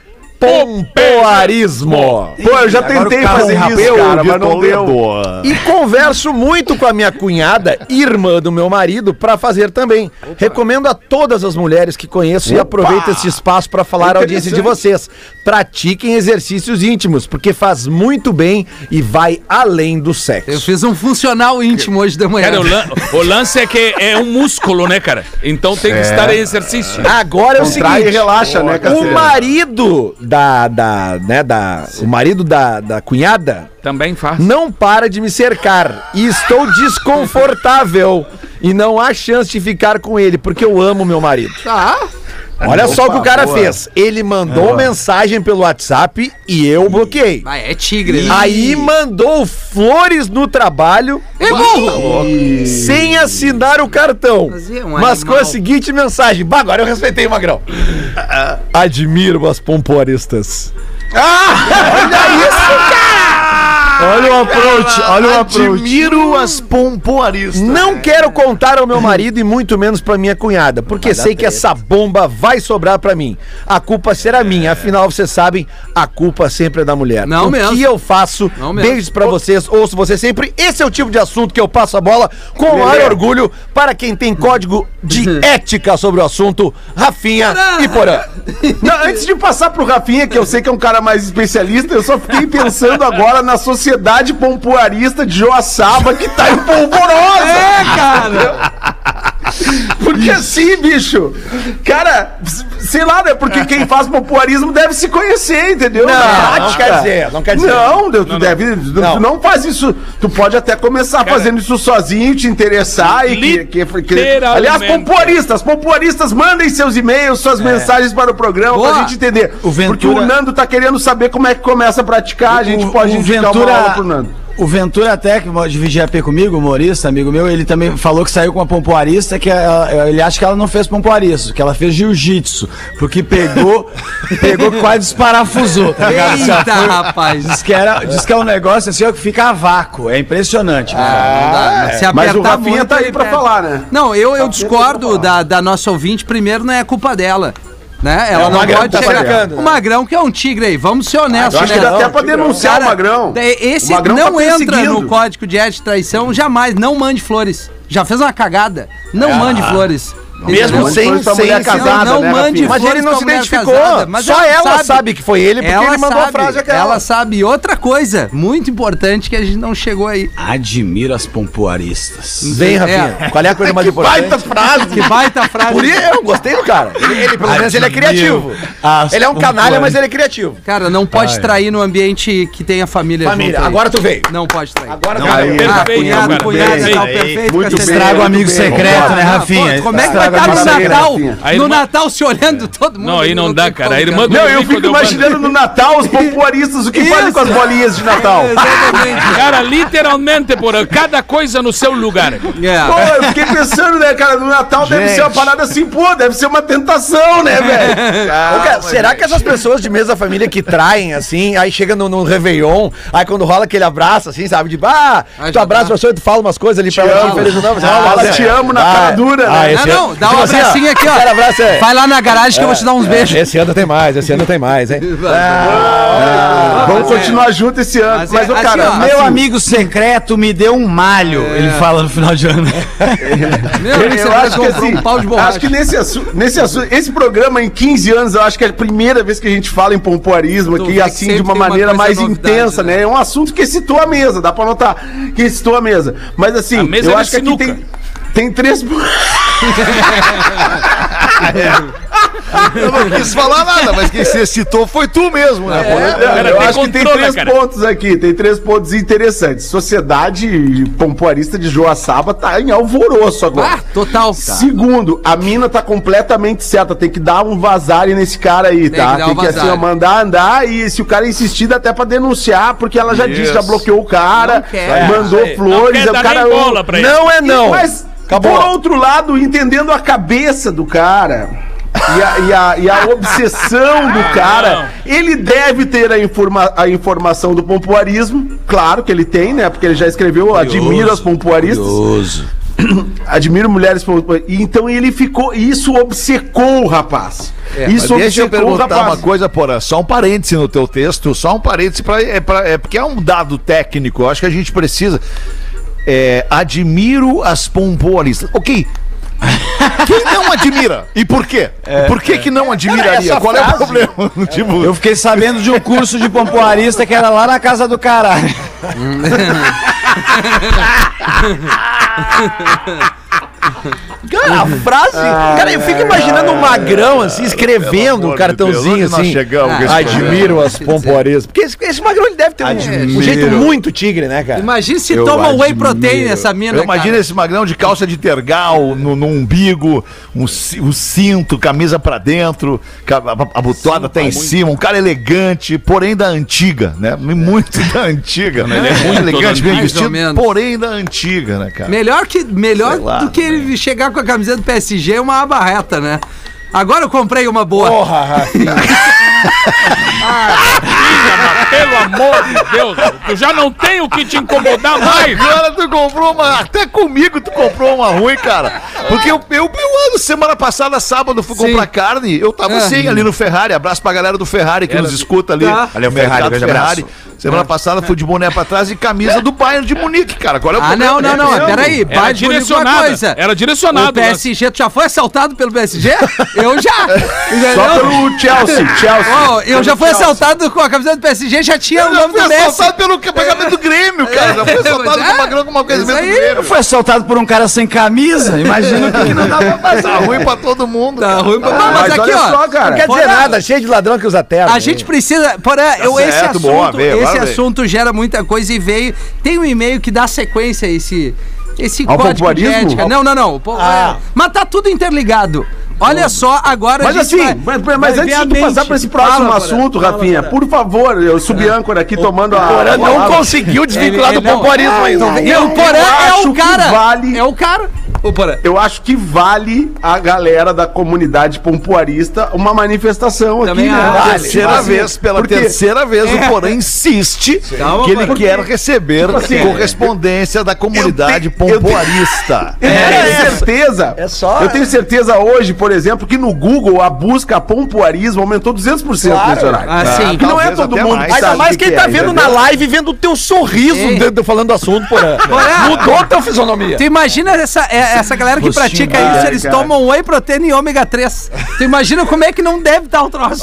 pompoarismo. Pô, eu já tentei fazer isso, cara, mas não deu. E converso muito com a minha cunhada, irmã do meu marido, pra fazer também. Recomendo a todas as mulheres que conheço e aproveito esse espaço pra falar à audiência de vocês. Pratiquem exercícios íntimos, porque faz muito bem e vai além do sexo. Eu fiz um funcional íntimo hoje de manhã. Cara, o, lan- o lance é que é um músculo, né, cara? Então tem que estar em exercício. Agora é o Contrai seguinte, e relaxa, né, o Cacete? marido da, da, né, da, o marido da, da cunhada Também faz. não para de me cercar e estou desconfortável e não há chance de ficar com ele, porque eu amo meu marido. Tá. Olha só o que o cara boa. fez. Ele mandou mensagem pelo WhatsApp e eu bloqueei. Vai, é tigre, né? Aí mandou flores no trabalho É burro! sem assinar o cartão. Mas é um Mas com a animal. seguinte mensagem. Bah, agora eu respeitei o Magrão. Admiro as pompoaristas. Olha isso, cara! Olha o approach, olha o approach. Admiro as pompoaristas. Não quero contar ao meu marido e muito menos pra minha cunhada, porque sei que essa bomba vai sobrar pra mim. A culpa será minha, afinal vocês sabem, a culpa sempre é da mulher. Não o mesmo. que eu faço? Não mesmo. Beijos pra vocês, ouço vocês sempre. Esse é o tipo de assunto que eu passo a bola com o maior orgulho para quem tem código de ética sobre o assunto, Rafinha e Porã. Não, antes de passar pro Rafinha, que eu sei que é um cara mais especialista, eu só fiquei pensando agora na sociedade pompoarista de Joaçaba que tá em polvorosa. É, cara. Porque assim, bicho, cara, sei lá, né? Porque quem faz pompoarismo deve se conhecer, entendeu? Não, Na não quer dizer, não quer dizer. Não, tu não, deve, tu Não. não faz isso. Tu pode até começar Cara, fazendo isso sozinho, te interessar e que, que, que- literalmente. aliás, pompoaristas, pompoaristas, mandem seus e-mails, suas mensagens para o programa Boa. pra gente entender. O Ventura- Porque o Nando tá querendo saber como é que começa a praticar, a gente O- pode o indicar uma aula pro Nando. O Ventura até, que dividia a P comigo, humorista, amigo meu, ele também falou que saiu com uma pompoarista, que ela- ele acha que ela não fez pompoarismo, que ela fez jiu-jitsu, porque pegou, pegou e quase desparafusou, tá ligado? Assim, ó, Eita, foi- rapaz. Diz que, era, diz que é um negócio assim, ó, que fica a vácuo, é impressionante. Não dá, Se Mas o apertar Rafinha muito, tá aí ele pra pega. falar, né? Não, eu, eu discordo da, da nossa ouvinte. Primeiro, não é culpa dela. Né? Ela o não Magrão pode tá chegar. pagando, né? O Magrão, que é um tigre aí, vamos ser honestos. Eu acho que né? dá até pra denunciar Cara, o Magrão. é, Esse O Magrão não tá entra perseguindo. no código de ética e traição, jamais. Não mande flores. Já fez uma cagada. Não mande flores. Mesmo Mande sem, flores pra sem mulher casada, não, não né, mande Rafinha? Mas flores ele não pra se mulher identificou. casada, mas Só ela sabe que foi ele, porque ela ele mandou a sabe, frase aquela. Ela sabe. E outra coisa muito importante que a gente não chegou aí. Admiro as pompoaristas. Vem, Rafinha. É. Qual é a coisa mais importante? Baita frase. Que baita frase. Por isso eu gostei do cara. Ele, ele, pelo menos ele é criativo. as Ele é um canalha, pompoaristas. mas ele é criativo. Cara, não pode trair no ambiente que tenha família. Família, junto aí. agora tu veio. Não pode trair. Agora Cara, tu veio. perfeito, Ah, cunhado, cara, cunhada, perfeito. tal, perfeito. Muito Cacete. bem. Estraga o amigo bem. secreto, né, Ah, Rafinha? pô, como é que vai Estraga estar no a Natal? Rafinha. A No irmã- Natal se olhando todo mundo. Não, aí não dá, tem cara. A como, irmã do Não, eu Henrique fico deu imaginando no Natal os pompoaristas, o que fazem com as bolinhas de Natal. É, exatamente. Cara, literalmente, por cada coisa no seu lugar. É. Pô, eu fiquei pensando, né, cara, no Natal deve ser uma parada assim, pô, deve ser uma tentação, né, velho? Ô, cara, será que essas pessoas de mesa da família que traem, assim, aí chega no, no Réveillon, aí quando rola aquele abraço, assim, sabe? De, ah, Ah, tu já abraça tá. a pessoa e tu fala umas coisas ali pra ela, amo. que feliz não, você Ah, fala, ela assim, te amo na cara dura, ah, né? esse Não, ano- não, dá um tipo assim, ó, abracinho aqui, ó. aquele abraço é- Vai lá na garagem que eu vou te dar uns beijos. Esse ano tem mais, esse ano tem mais, hein? Vamos mas é- continuar junto esse ano. mas Mas, é ô, assim, cara, ó, Meu assim, amigo secreto me deu um malho, ele fala no final de ano. Meu, Eu, você eu vai acho que comprar assim, um pau de borracha. acho que nesse assunto, nesse assunto, esse programa em quinze anos, eu acho que é a primeira vez que a gente fala em pompoarismo Tu aqui, vê que assim, sempre de uma tem uma maneira coisa mais novidade, intensa, né? né? É um assunto que excitou a mesa, dá pra notar que excitou a mesa. Mas assim, A mesa eu é acho que aqui sinuca. tem, tem três... Eu não quis falar nada, mas quem se citou foi tu mesmo, né? É, eu acho que tem três pontos aqui, tem três pontos interessantes. Sociedade pompoarista de Joaçaba tá em alvoroço agora. Ah, total. Segundo, a mina tá completamente certa, tem que dar um vazare nesse cara aí, Tem tá? que dar Tem um que, assim, ó, vazare. mandar andar e se o cara insistir, dá até pra denunciar, porque ela já Isso. disse, já bloqueou o cara, Não quer. mandou É, flores, não o quer dar cara... nem bola pra ele. Não é não. Mas, Acabou. por outro lado, entendendo a cabeça do cara... E a, e, a, e a obsessão do cara, ele deve ter a, informa, a informação do pompoarismo, claro que ele tem, né? Porque ele já escreveu Admiro as pompoaristas. Admiro mulheres pompoaristas. E então ele ficou. Isso obcecou o rapaz. Isso Mas deixa eu obcecou o perguntar rapaz. uma coisa, porra, só um parêntese no teu texto, só um parêntese, pra, é, pra, é porque é um dado técnico, eu acho que a gente precisa. É, admiro as pompoaristas. Ok. Quem não admira? E por quê? por que que não admiraria? essa Qual é o frase- problema? Tipo, Eu fiquei sabendo de um curso de pompoarista que era lá na casa do caralho. Cara, a frase. Cara, eu fico imaginando um magrão assim, escrevendo um amor de cartãozinho Deus, onde nós assim. chegamos com esse Admiro as pompoaristas. Porque esse, esse magrão ele deve ter um, um jeito muito tigre, né, cara? Imagina se Eu toma whey admiro. protein nessa mina, eu imagino cara. esse magrão de calça de tergal no, no umbigo, um, ci- um cinto, camisa pra dentro, ca- a, a butoada até em cima, um cara elegante, porém da antiga, né? Muito da antiga, né? Ele é muito elegante, bem mais vestido, ou menos. porém da antiga, né, cara? Melhor, que, melhor Sei lá, do que ele chegar com a camiseta do P S G é uma aba reta, né? Agora eu comprei uma boa. Porra, Rafinha. Mas, pelo amor de Deus, tu já não tem o que te incomodar mais. Agora tu comprou uma. Até comigo tu comprou uma ruim, cara. Porque eu, eu, eu ando, semana passada, sábado, fui Sim. comprar carne. Eu tava Ah. assim, ali no Ferrari. Abraço pra galera do Ferrari que nos escuta ali. Tá. Ali é o Ferrari, Mercado grande Ferrari. Semana passada fui de boné pra trás e camisa do Bayern de Munique, cara. Qual é o Ah, problema? não, não, não. É, Peraí, Era vai de uma direcionada. coisa. Era O direcionado. P S G, tu já foi assaltado pelo P S G? Eu já. Só Entendeu? pelo Chelsea, Chelsea. Ó, eu já fui assaltado com a camiseta do P S G, já tinha o Eu já nome fui do Messi. assaltado pelo pagamento do Grêmio, cara. Já fui assaltado É, com uma- com uma coisa isso do aí. Grêmio. Foi assaltado por um cara sem camisa? Imagina o que que não dá pra fazer. Tá ruim pra todo mundo. Tá cara. ruim pra... Mas, Mas aqui, olha ó. só, cara. Não quer dizer Porra. nada, cheio de ladrão que usa terno. A gente precisa. Porém, eu, esse certo, assunto, boa, veio, esse agora veio. assunto gera muita coisa e veio. Tem um e-mail que dá sequência a esse, esse Ao código de pompoarismo? ética. Não, não, não. Pô, Ah. é, mas tá tudo interligado. Olha só, agora Mas a gente assim, vai- mas, mas vai antes ver a de tu passar mente. pra esse próximo Fala, assunto, Porã. Rafinha, por favor, eu subi âncora aqui tomando a. Porã a não palavra. conseguiu desvincular Ele- do ele não- pompoarismo ainda. Não, o Porã é acho o que cara. vale- É o cara. O Porã. Eu acho que vale a galera da comunidade pompoarista uma manifestação Também aqui, né? acho. Vale. Terceira Vale. vez, pela Porque- terceira vez, o Porã insiste Calma, que ele Porã. quer receber assim, correspondência da comunidade eu te- eu te- pompoarista. Eu tenho certeza. É só- Eu tenho certeza hoje, por exemplo, que no Google a busca pompoarismo aumentou duzentos por cento Claro. nesse horário. Ah, sim. Que não é Talvez todo até mundo mais. que Ainda sabe mais o que quem tá é, vendo entendeu? na live, vendo o teu sorriso Ei. de- de- falando do assunto, porra. Porã. Mudou a tua fisionomia. Tu imagina essa, é- essa galera que Rostinho, pratica ai, isso, eles cara. tomam whey proteína e ômega três. Tu imagina como é que não deve estar o troço.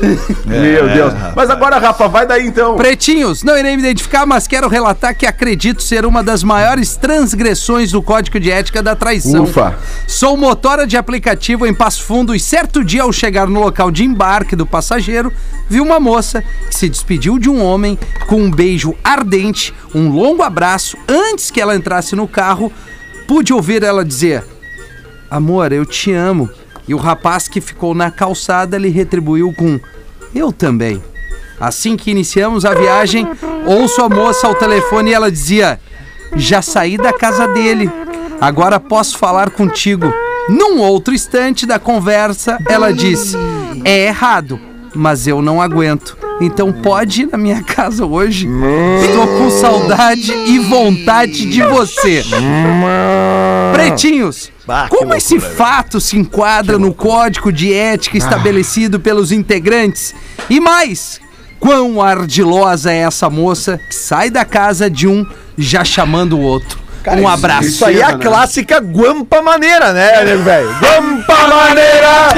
Meu Deus. Mas agora, Rafa, vai daí então. Pretinhos, não irei me identificar, mas quero relatar que acredito ser uma das maiores transgressões do Código de Ética da traição. Ufa. Sou motora de aplicativo em Passo Fundo e certo dia, ao chegar no local de embarque do passageiro, vi uma moça que se despediu de um homem com um beijo ardente, um longo abraço. Antes que ela entrasse no carro, pude ouvir ela dizer: "Amor, eu te amo." E o rapaz que ficou na calçada lhe retribuiu com: "Eu também." Assim que iniciamos a viagem, ouço a moça ao telefone e ela dizia: "Já saí da casa dele, agora posso falar contigo." Num outro instante da conversa, ela disse: "É errado, mas eu não aguento. Então pode ir na minha casa hoje? Estou com saudade e vontade de você." Pretinhos, Bah, que como esse loucura, velho. fato se enquadra no código de ética estabelecido pelos integrantes? E mais, quão ardilosa é essa moça que sai da casa de um já chamando o outro? Um abraço. Isso aí é a né? clássica guampa maneira, né, nego velho? Guampa maneira!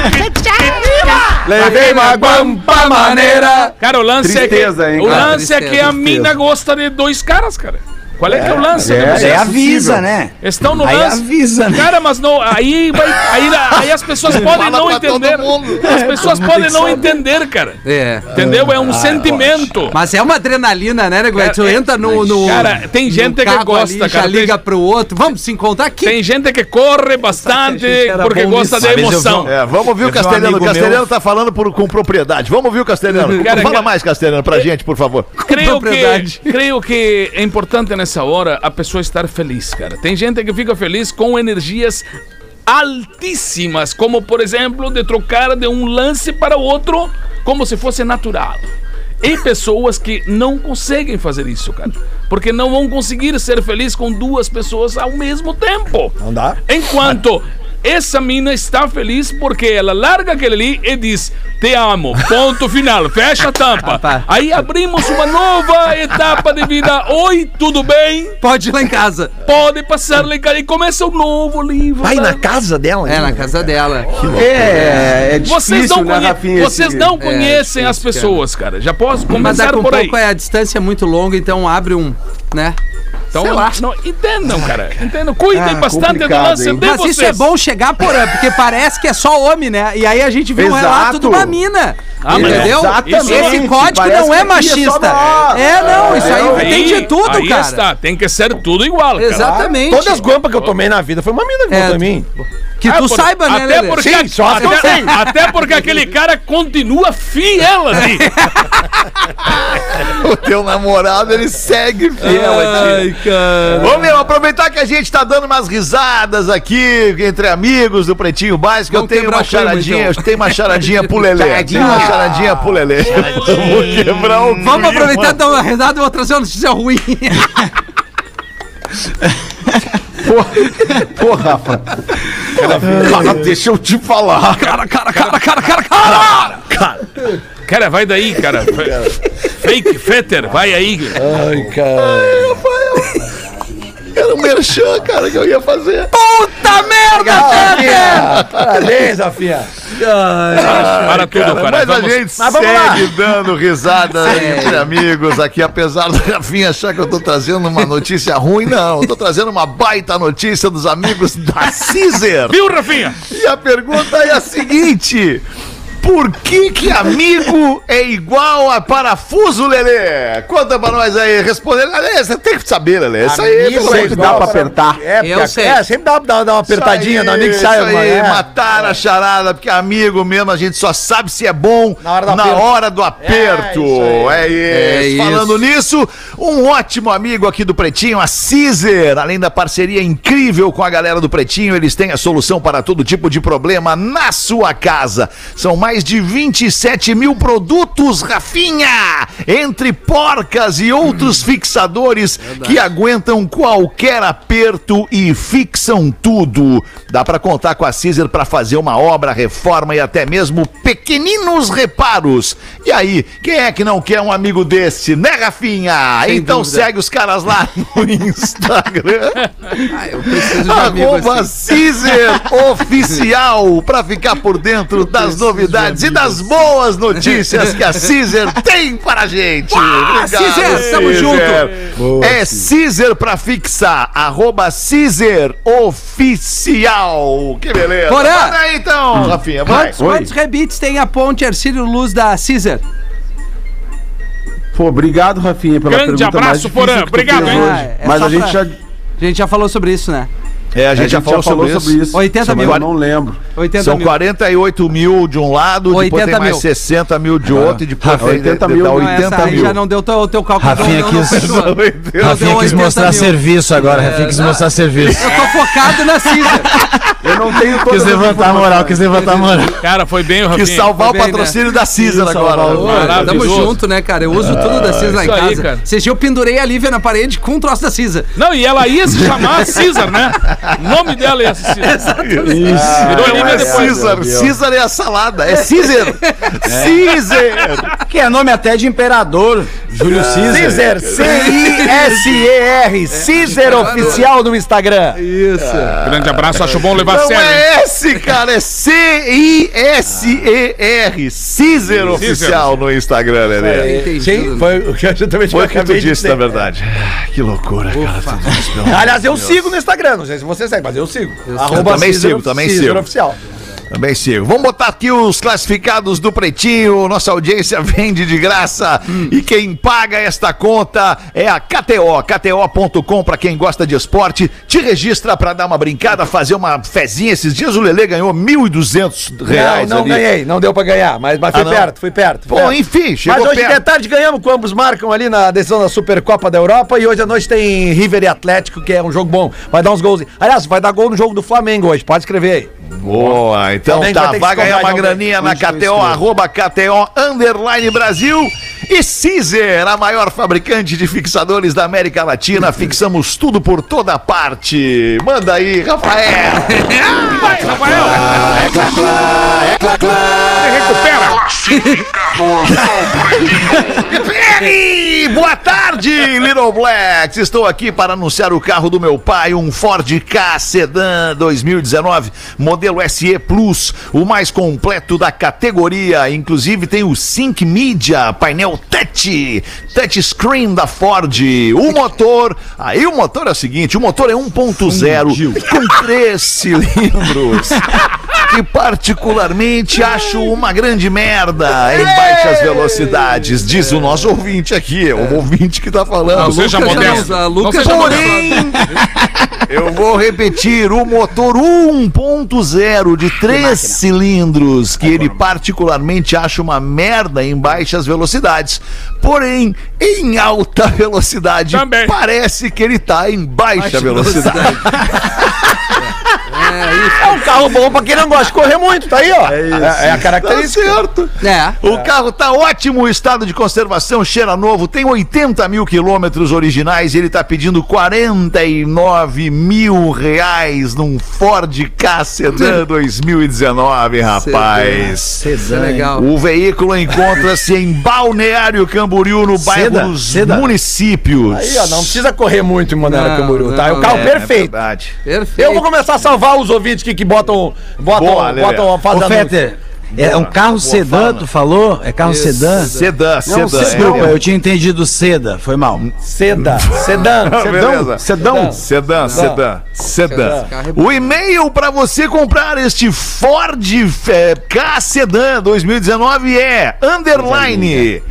Levei uma guampa maneira! Cara, o lance Tristeza, é hein, que, o cara? lance é que a Tristeza, mina gosta de dois caras, cara. Qual é, é que é o lance? É, Você é avisa, né? Estão no aí lance. avisa, né? Cara, mas não, aí, vai, aí, aí as pessoas podem não entender. As pessoas podem não entender, cara. É. Entendeu? É um sentimento. Mas é uma adrenalina, né, nego? Tu É, entra no, no. Cara, tem no gente que carro gosta, ali, cara. Já liga Tem- pro outro. Vamos se encontrar aqui. Tem gente que corre bastante era porque bom gosta nisso. da Uma vez eu vi emoção. um- É, vamos ouvir o Eu vi um Castelhano. O amigo Castelhano meu- tá falando por, com propriedade. Vamos ouvir o Castelhano. Cara, Fala cara- mais, Castelhano, pra gente, por favor. Creio que, propriedade. creio que é importante nessa hora a pessoa estar feliz, cara. Tem gente que fica feliz com energias altíssimas, como por exemplo de trocar de um lance para outro como se fosse natural. E pessoas que não conseguem fazer isso, cara. Porque não vão conseguir ser felizes com duas pessoas ao mesmo tempo. Não dá. Enquanto essa mina está feliz porque ela larga aquele ali e diz: te amo, ponto final, fecha a tampa. Rapaz. Aí abrimos uma nova etapa de vida. Oi, tudo bem? Pode ir lá em casa. Pode passar lá em casa e começa um novo livro. Vai né? na casa dela? É, na casa dela. É, é difícil, Vocês não, né, conhe- Rafinha? vocês esse- não É, conhecem as difícil, pessoas, cara. Já posso Mas começar daqui um por aí. pouco é, a distância é muito longa, então abre um, né? Então, sei lá. não, entendam, cara. Entendam. Cuidem Ah, bastante do complicado, lance hein? de Mas vocês. isso é bom chegar por porque parece que é só homem, né? E aí a gente viu um Exato. relato de uma mina. Ah, mas entendeu? exatamente. Esse código Parece não é que aqui é só machista. nós. É, não, isso aí Aí- tem de tudo, aí cara. está. Tem que ser tudo igual, cara. Exatamente. Todas as guampas que eu tomei na vida foi uma mina que É. contou em mim. Que Ah, tu por- saiba, né, até Lelê? porque, Sim, só as que eu até, sei. até porque aquele cara continua fiel a ti. O teu namorado, ele segue fiel a ti. cara. Ô, meu, aproveitar que a gente tá dando umas risadas aqui entre amigos do Pretinho Básico, eu Vamos tenho quebrar uma o clima, charadinha, então. eu tenho uma charadinha pro Lelê. Tem uma charadinha pro Lelê. Vamos quebrar o Vamos clima. aproveitar e dar uma risada e vou trazer uma notícia ruim. Pô, Rafa. Cara, deixa eu te falar. Cara, cara, cara, cara, cara, cara! Cara, cara vai daí, cara. Fake Fetter, vai aí. Ai, cara. Era um merchan, cara, que eu ia fazer. Puta merda, Rafinha! Parabéns, Rafinha. Para tudo, cara. Mas Vamos- a gente mas vamos lá. segue dando risada entre amigos aqui, apesar do Rafinha achar que eu tô trazendo uma notícia ruim, não. Eu tô trazendo uma baita notícia dos amigos da Caesar. Viu, Rafinha? E a pergunta é a seguinte: por que que amigo é igual a parafuso, Lelê? Conta pra nós aí, responder. Lelê, você tem que saber, Lelê. Isso aí, Amigo pelo amor de Sempre Deus. dá pra apertar. É, Eu porque- sei. é, sempre dá, dá, dá uma apertadinha no amigo que sai isso alguma aí, é. mataram a charada, porque amigo mesmo, a gente só sabe se é bom Na hora do na aperto. hora do aperto. É isso. É isso. Falando nisso, um ótimo amigo aqui do Pretinho, a Caesar. Além da parceria incrível com a galera do Pretinho, eles têm a solução para todo tipo de problema na sua casa. São mais de vinte e sete mil produtos, Rafinha, entre porcas e outros fixadores que aguentam qualquer aperto e fixam tudo. Dá pra contar com a Caesar pra fazer uma obra, reforma e até mesmo pequeninos reparos. E aí, quem é que não quer um amigo desse, né, Rafinha? Sem então dúvida. segue os caras lá no Instagram. Ah, eu preciso de um amigo Arroba assim. Caesar Oficial pra ficar por dentro das novidades e das boas notícias que a Caesar tem para a gente. Obrigado, Caesar, tamo junto. Boa, É Caesar pra fixar, arroba Caesar Oficial. Que beleza. Porã. Manda aí então, Rafinha, vai. Quantos, quantos rebites tem a ponte Ercílio Luz da Caesar? Pô, obrigado, Rafinha, pela Grande pergunta abraço, mais difícil Porã. que tu Obrigado, fez hein? hoje. Ah, é Mas só a gente pra- já, A gente já falou sobre isso, né? É, a a gente já falou sobre isso. oitenta mil. Eu não lembro. oitenta São mil. quarenta e oito mil de um lado, depois tem oitenta mais mil. sessenta mil de outro, e depois tem oitenta de- mil. dá Não, Não, essa oitenta aí mil. já não deu teu, teu cálculo. Rafinha não, não, quis- fechou. Rafinha deu quis oitenta mostrar mil. serviço agora, Rafinha quis mostrar serviço. Eu tô focado na Caesar. Eu não tenho todas Quis as levantar a moral, informações. quis levantar a moral. Cara, foi bem, o Rafinha. Que salvar Foi o bem, patrocínio da Caesar Isso, agora. salvar o- Pô, Maravilhoso. tamo junto, né, cara? Eu uso tudo da Caesar lá em Isso aí, casa. cara. Esses dias eu pendurei a Lívia na parede com um troço da Caesar. Não, e ela ia se chamar Caesar, né? O nome dela ia ser Caesar. Virou Não Olivia é depois. Caesar, Caesar é a salada, é Caesar. Caesar. Que é nome até de imperador, Júlio César. Caesar, C I S E R, Caesar Oficial no Instagram. Isso. Grande abraço, acho bom, levar a Não sério. é S, cara, é C I S E R. Cizer oficial no Instagram, Lelê. Entendi Sim, tudo. foi o que eu também Foi o que tu acabei de disse, dizer. na verdade. Que loucura, cara. tudo isso, pelo amor Aliás, de eu Deus. sigo no Instagram, não sei se você segue, mas eu sigo. Eu também Cizer- sigo, também Cizer sigo. oficial. Também sigo. Vamos botar aqui os classificados do Pretinho. Nossa audiência vende de graça. E quem paga esta conta é a K T O. K T O ponto com, pra quem gosta de esporte. Te registra pra dar uma brincada, fazer uma fezinha. Esses dias o Lelê ganhou mil e duzentos reais Não, não ali. ganhei, não deu pra ganhar, mas, mas fui Ah, não? perto, fui perto. fui Pô, perto. enfim, Mas chegou hoje perto. de tarde ganhamos, com ambos marcam ali na decisão da Supercopa da Europa. E hoje à noite tem River e Atlético, que é um jogo bom. Vai dar uns gols. Aliás, vai dar gol no jogo do Flamengo hoje, pode escrever aí. Boa, então Flamengo tá, vai ter que vai ganhar comprar uma de graninha alguém. na K T O, arroba K T O, underline Brasil. E Cizer, a maior fabricante de fixadores da América Latina. Fixamos tudo por toda parte. Manda aí, Rafael. Vai, Rafael. É clá, clá, é clá, clá. Peri! Boa tarde, Little Blacks. Estou aqui para anunciar o carro do meu pai, um Ford Ka Sedan dois mil e dezenove, modelo S E Plus, o mais completo da categoria. Inclusive tem o Sync Media, painel Touch, touchscreen da Ford. O motor, aí o motor é o seguinte, o motor é um ponto zero com três cilindros. Que particularmente acho uma grande merda em baixas velocidades, diz o nosso ouvinte aqui, é o ouvinte que tá falando. Não seja Lucas modesto. já não- a Não Lucas seja já não- Porém, eu vou repetir, o motor um ponto zero de três cilindros, que ele particularmente acha uma merda em baixas velocidades, porém, em alta velocidade, Também. parece que ele tá em baixa, Baixa velocidade. É um carro bom pra quem não gosta de correr muito, tá aí, ó. É, é a Tá característica. certo. É. O carro tá ótimo, estado de conservação, cheira novo, tem oitenta mil quilômetros originais e ele tá pedindo quarenta e nove mil reais num Ford Ka Sedan dois mil e dezenove, rapaz. Isso é legal. O veículo encontra-se em Balneário Camboriú, no bairro Seda, dos seda. municípios. Aí, ó, não precisa correr muito em Manara Não, Camboriú, tá? É o não, carro é, perfeito. verdade. Perfeito. Eu vou começar a salvar os ouvintes que, que botam, botam, Boa, Lelé. botam, fazem Ô, anúncio. Fetter, é um carro sedã, tu falou? É carro Isso, sedã? Sedã, sedã. Desculpa, é. eu tinha entendido seda, foi mal. Seda, sedã, Beleza. Sedão. Sedã, sedã, sedã. Carro é bom. O e-mail para você comprar este Ford é, Ka Sedan dois mil e dezenove é underline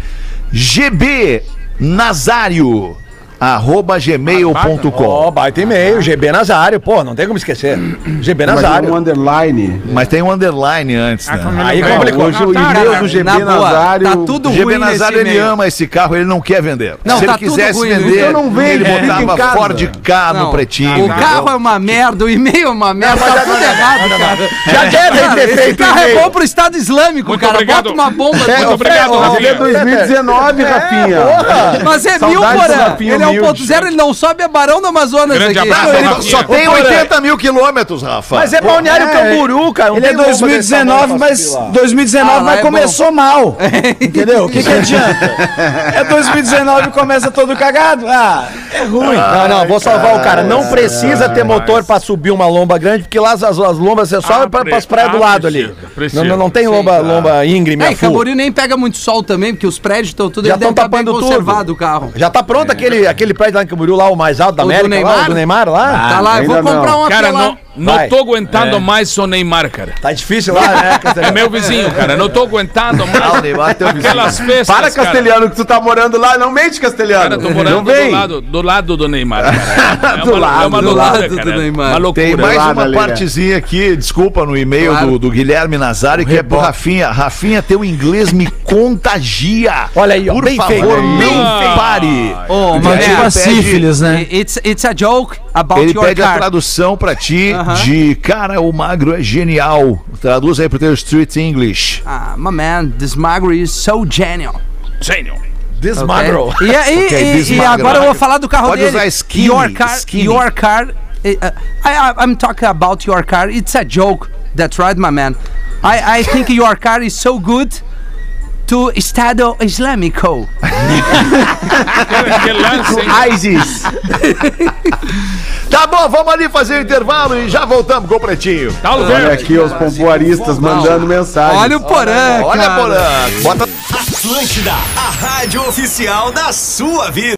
gb nazário arroba gmail ponto com. Ó, baita e-mail, G B Nazário, pô, não tem como esquecer. G B Mas tem um Nazário. underline. Mas tem um underline antes, né? Aí complicou. Hoje o Tá, e-mail cara, do G B na boa, Nazário. tá tudo O G B ruim nesse Nazário, ele e-mail. ama esse carro, ele não quer vender. Não, Se tá ele tudo quisesse ruim, vender, então não vende, ele fica em botava casa. Ford Ka no Não, pretinho. o carro é uma merda, o e-mail é uma merda, tá tudo errado, cara. Já devem Cara, ter esse feito carro é e-mail. bom pro Estado Islâmico, Muito cara. obrigado. Bota uma bomba. É, Muito obrigado, ó, Ele é Rafinha. dois mil e dezenove, Rafinha. Mas é mil, Saudades do porra. Rafinha Ele é um humilde. ponto zero, ele não sobe a Barão do Amazonas Grande aqui. abraço, Ele Rafinha. só tem oitenta mil quilômetros, Rafa. Mas é Balneário É, Camboriú, cara. não Ele é tem como dois mil e dezenove, fazer essa mas mão pra subir lá. dois mil e dezenove, Ah, lá mas é começou mal. Entendeu? O que, que adianta? É dois mil e dezenove e começa todo cagado. Ah, é ruim. Não, não, vou salvar o cara. Não precisa ter motor pra subir uma lomba grande, porque lá as, as, as lombas você sobe Ah, pra, pre- pras praias do ah, lado precisa, ali. precisa. Não, não, não tem lomba, lomba íngreme, É, a e full. Camboriú nem pega muito sol também, porque os prédios estão tudo Já ele deve estão tá bem tapando tudo. conservado o carro. Já tá pronto aquele, aquele prédio lá em Camboriú, lá o mais alto da O do América, lá, Neymar? o do Neymar lá. Tá lá, eu vou ainda comprar não. uma Cara, pra lá. não, não Vai. tô aguentando mais o Neymar, cara. Tá difícil lá, né? É meu vizinho, cara. Não tô aguentando Ah, o mais Neymar é teu vizinho. aquelas festas. Para, cara. Castelhano, que tu tá morando lá. Não mente, Castelhano. Cara, tô não morando do vem. lado, do lado do Neymar, cara. É Do uma, lado, é uma do loucura, lado do cara. Neymar. Uma loucura. Tem mais lado uma ali, né? partezinha aqui, desculpa, no e-mail Claro. do, do Guilherme Nazário, que é pro Rafinha. Rafinha, teu inglês me contagia. Olha aí, ó, Por bem favor, feito. não Bem pare. Ô, Ele mas É pede- tipo a pede- sífilis, né? It's, it's a joke about Ele your pede a car. tradução pra ti Aham. de cara, o magro é genial. Traduz aí pro teu street English. Ah, my man, this magro is so genial. Gênio. Desmagro. E, aí, Ok, e- this e magro. agora eu vou falar do carro Pode dele. usar skinny, Your car, skinny. your car. eh, uh, I, I, I'm talking about your car. It's a joke. That's right, my man. I, I think your car is so good. to Estado Islâmico. Que, que lance, hein? ISIS. Tá bom, vamos ali fazer o intervalo e já voltamos com o Pretinho. Tá no Olha verde. aqui os pompoaristas mandando mensagem. Olha o Porã, Olha, cara. Porã. Bota... Atlântida, a rádio oficial da sua vida.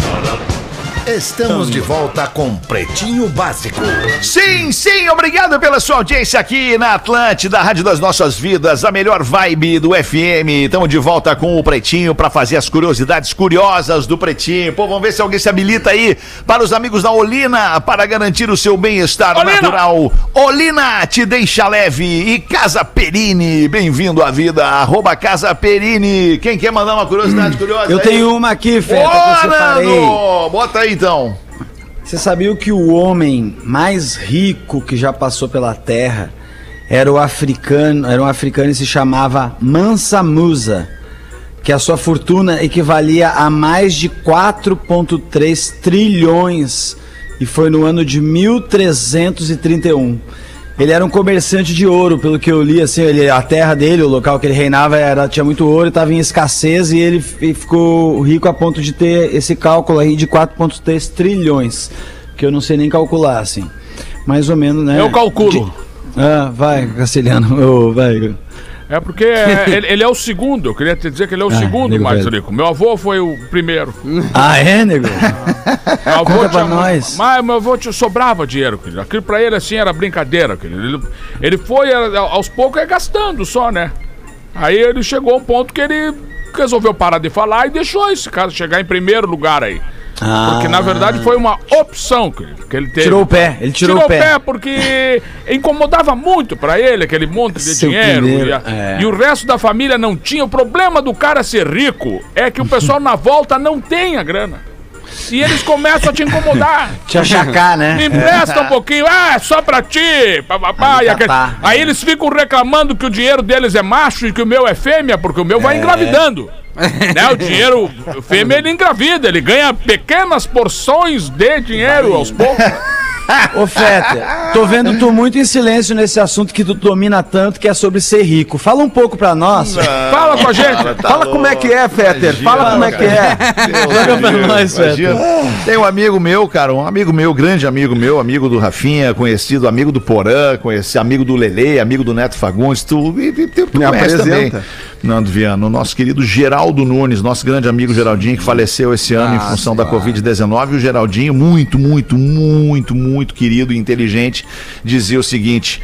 Estamos de volta com Pretinho Básico. Sim, sim, obrigado pela sua audiência aqui na Atlântida, Rádio das Nossas Vidas, a melhor vibe do F M. Estamos de volta com o Pretinho para fazer as curiosidades curiosas do Pretinho. Pô, vamos ver se alguém se habilita aí para os amigos da Olina, para garantir o seu bem-estar Olina! natural. Olina te deixa leve e Casa Perini, bem-vindo à vida, arroba Casa Perini. Quem quer mandar uma curiosidade curiosa Eu aí? tenho uma aqui, Feta, que eu Ô, separei. Nando, bota aí então. Você sabia que o homem mais rico que já passou pela Terra era o africano, era um africano e se chamava Mansa Musa, que a sua fortuna equivalia a mais de quatro vírgula três trilhões e foi no ano de mil trezentos e trinta e um. Ele era um comerciante de ouro, pelo que eu li, assim, ele, a terra dele, o local que ele reinava, era, tinha muito ouro e estava em escassez, e ele f- ficou rico a ponto de ter esse cálculo aí de quatro vírgula três trilhões, que eu não sei nem calcular, assim. Mais ou menos, né? Eu calculo. Ah, vai, Castelhano, oh, vai. É porque é, ele, ele é o segundo. Eu queria te dizer que ele é o Ah, segundo nego mais velho. rico. Meu avô foi o primeiro. Ah, é, nego? Meu avô Conta pra tinha- nós. Mas meu avô tinha, sobrava dinheiro, querido. Aquilo pra ele assim era brincadeira, querido. Ele, ele foi a- aos poucos é gastando só, né? Aí ele chegou a um ponto que ele resolveu parar de falar e deixou esse cara chegar em primeiro lugar aí. Porque na verdade foi uma opção que que ele teve. Tirou o pé, ele tirou, Tirou o pé. porque incomodava muito pra ele aquele monte de Seu dinheiro. primeiro, E, a- é. e o resto da família não tinha. O problema do cara ser rico é que o pessoal na volta não tem a grana. E eles começam a te incomodar. Te achacar, né? Me empresta um pouquinho, ah, é só pra ti, papapá. E aquele- catar. Aí eles ficam reclamando que o dinheiro deles é macho e que o meu é fêmea, porque o meu vai engravidando. Né? O dinheiro fêmea ele engravida, ele ganha pequenas porções de dinheiro aos poucos. Ô, Fetter, tô vendo tu muito em silêncio nesse assunto que tu domina tanto, que é sobre ser rico. Fala um pouco pra nós. Fala com a gente. Fala como é que é, Fetter. Fala como é que é. Joga pra nós, Fetter. Tem um amigo meu, cara, um amigo meu, grande amigo meu, amigo do Rafinha, conhecido, amigo do Porã, conhecido, amigo do Lelê, amigo do Neto Fagundes, tu, e, e, tu, tu Me conhece apresenta. também, Nando Viana, o nosso querido Geraldo Nunes, nosso grande amigo Geraldinho, que faleceu esse ano em função da covid dezenove, e o Geraldinho, muito, muito, muito, muito querido e inteligente, dizia o seguinte: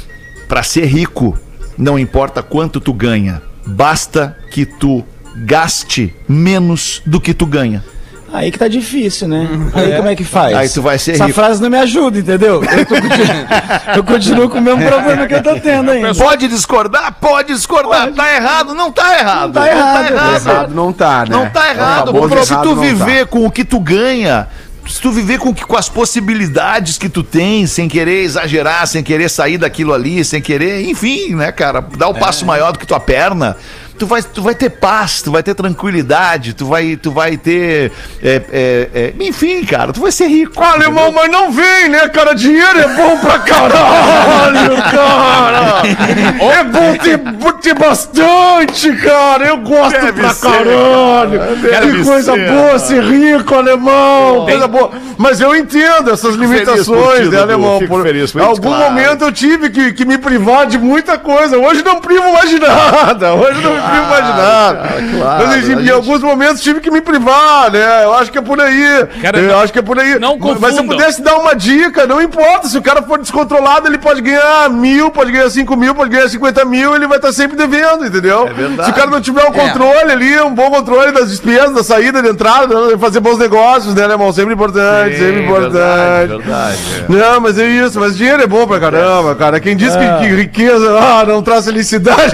pra ser rico, não importa quanto tu ganha, basta que tu gaste menos do que tu ganha. Aí que tá difícil, né? Aí como é que faz? Aí tu vai ser Essa rico. frase não me ajuda, entendeu? Eu, tô continu- eu continuo com o mesmo problema que eu tô tendo ainda. Pode discordar? Pode discordar. Pode. Tá errado? Não tá errado. Não tá errado. Errado não tá, né? Não tá errado. Acabou Porque de se errado, tu não viver com o que tu ganha, se tu viver com, que- com as possibilidades que tu tem, sem querer exagerar, sem querer sair daquilo ali, sem querer, enfim, né, cara, dar o passo maior do que tua perna, tu vai, tu vai ter paz, tu vai ter tranquilidade, tu vai, tu vai ter, é, é, é, enfim, cara, tu vai ser rico. Ah, alemão, mas não vem, né, cara? Dinheiro é bom pra caralho, cara! É bom ter, ter bastante, cara! Eu gosto Deve pra ser, caralho! Deve Que coisa ser, boa ser rico, alemão! Coisa boa! Mas eu entendo essas feliz por limitações, ti, né, Dudu, alemão? fico Por feliz por em isso, algum claro. momento eu tive que, que me privar de muita coisa. Hoje não privo mais de nada. Hoje não me privo mais de nada. cara, claro, Mas em, a em gente- alguns momentos tive que me privar, né? Eu acho que é por aí. Cara, eu não- acho que é por aí. não Mas se eu confundam. pudesse dar uma dica, não importa. Se o cara for descontrolado, ele pode ganhar mil, pode ganhar cinco mil, pode ganhar cinquenta mil, ele vai estar sempre devendo, entendeu? É verdade. Se o cara não tiver um controle ali, um bom controle das despesas, da saída, da entrada, né? Fazer bons negócios, né, irmão? Sempre importante, sempre importante. Verdade, verdade. é. Não, mas é isso, mas dinheiro é bom pra caramba, cara. Quem diz que, que riqueza ah, não traz felicidade.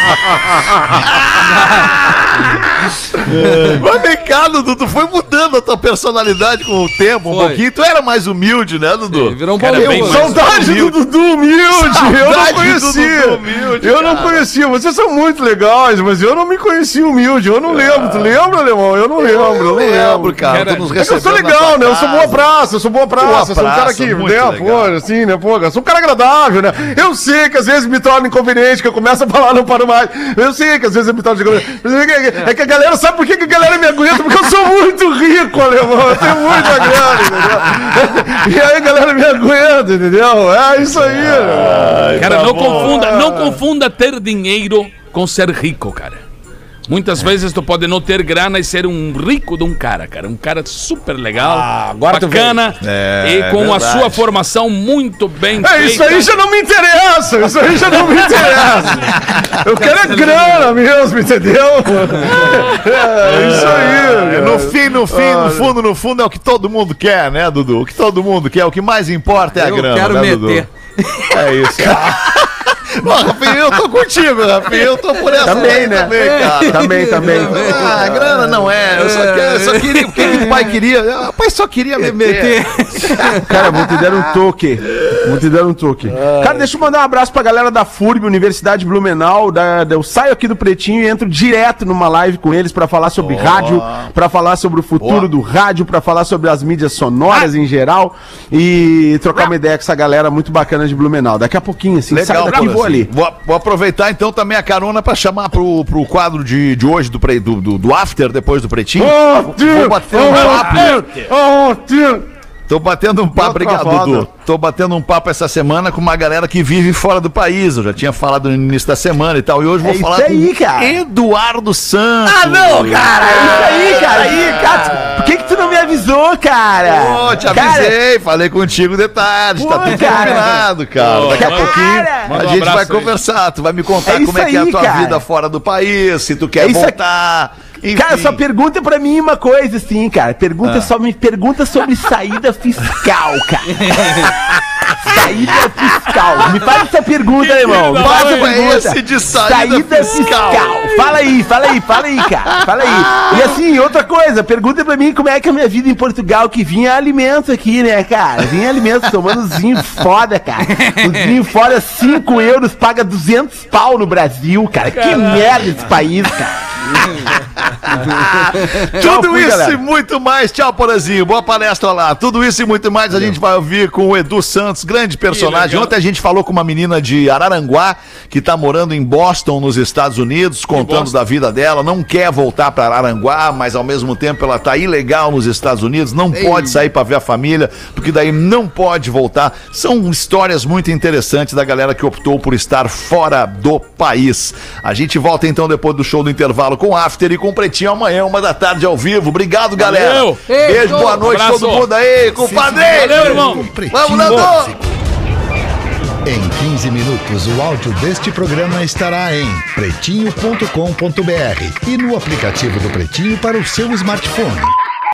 Mas vem cá, Dudu, tu foi mudando a tua tua personalidade com o tempo um Foi. pouquinho. Tu era mais humilde, né, Dudu? Sim, virou um Cara, pau bem duro. mais- Saudade do Dudu humilde! Eu não Saudade do conhecia! Dudu humilde, eu não cara. conhecia, vocês são muito legais, mas eu não me conhecia humilde, eu não lembro. Tu lembra, Alemão? Eu não lembro, eu não lembro. cara. Cara, Tu nos É que eu sou recebeu na legal, tua né? Eu sou boa casa. praça, eu sou boa praça, Boa eu sou um cara praça, que, muito né, legal. pô, assim, né, pô, eu sou um cara agradável, né? Eu sei que às vezes me torna inconveniente, que eu começo a falar, não paro mais. Eu sei que às vezes eu me torno inconveniente. Mas é que- É que a galera, sabe por que que a galera me aguenta? Porque eu sou muito rico, Alemão, eu tenho muita grana, entendeu? E aí a galera me aguenta, entendeu? É isso aí, né? Cara, não confunda, não confunda ter dinheiro com ser rico, cara. Muitas vezes tu pode não ter grana e ser um rico de um cara, cara. Um cara super legal, Ah, agora tu bacana É, e com a verdade. sua formação muito bem É, isso aí já não me interessa, isso aí já não me interessa. Eu quero é grana mesmo, entendeu? É isso aí. É, no fim, no fim, no fundo, no fundo é o que todo mundo quer, né, Dudu? O que todo mundo quer, o que mais importa é a Eu grana, quero né, meter. Dudu? É isso. Ó, Rafinha, eu tô contigo, Rafinha, eu tô por essa Também, aí né? também, cara. Também, também. Ah, grana não é, eu só, quero, eu só queria, o que que o pai queria? O pai só queria meter. Cara, vou te dar um toque. Vou te dar um toque. Cara, deixa eu mandar um abraço pra galera da F U R B, Universidade Blumenau. Da, da- eu saio aqui do Pretinho e entro direto numa live com eles pra falar sobre rádio, pra falar sobre o futuro Boa. do rádio, pra falar sobre as mídias sonoras em geral e trocar uma ideia com essa galera muito bacana de Blumenau. Daqui a pouquinho, assim, Legal, saio daqui e vou Borazinho. ali. Vou, vou aproveitar então também a carona pra chamar pro, pro quadro de, de hoje do, pre, do, do, do After, depois do Pretinho. Ô, tio! Vou bater um papo. Ô, tio! Tô batendo um papo, Outra obrigado, foda. Dudu. Tô batendo um papo essa semana com uma galera que vive fora do país. Eu já tinha falado no início da semana e tal. E hoje vou É falar isso aí, com cara. Eduardo Santos. Ah, não, cara! É isso aí, cara! Aí, cara! Por que que tu não me avisou, cara? Pô, te Cara, avisei, falei contigo detalhes, Pô, tá tudo cara. combinado, cara. Pô, Daqui a manda- pouquinho Cara. Manda a um gente vai abraço aí. conversar. Tu vai me contar É como é isso que é a aí, tua cara. vida fora do país, se tu quer É isso aí. voltar. Enfim. Cara, só pergunta pra mim uma coisa, assim, cara. Pergunta só, me pergunta sobre saída fiscal, cara. Saída fiscal. Me faz essa pergunta, irmão. Me faz essa papo é pergunta. esse de saída fiscal? Fala aí, fala aí, fala aí, cara. Fala aí. E assim, outra coisa, pergunta pra mim como é que é a minha vida em Portugal, que vinha alimentos aqui, né, cara? Vinha alimentos, tomando uns vinho foda, cara. Uns vinho foda, cinco euros, paga duzentos pau no Brasil, cara. Que merda esse país, cara. Tchau, Tudo fui, isso galera. e muito mais. Tchau, Porazinho. Boa palestra lá. Tudo isso e muito mais a gente vai ouvir com o Edu Santos, grande personagem. legal. Ontem a gente falou com uma menina de Araranguá, que tá morando em Boston, nos Estados Unidos, contando Boston. da vida dela. Não quer voltar para Araranguá, mas ao mesmo tempo ela tá ilegal nos Estados Unidos, não pode sair para ver a família, porque daí não pode voltar. São histórias muito interessantes da galera que optou por estar fora do país. A gente volta então depois do show do intervalo com o After e com o Pretinho amanhã, uma da tarde ao vivo. Obrigado, galera. Valeu. Beijo, boa noite Abraço. todo mundo aí, compadre. Valeu, irmão. Vamos, Nando. Em quinze minutos, o áudio deste programa estará em pretinho ponto com ponto br e no aplicativo do Pretinho para o seu smartphone.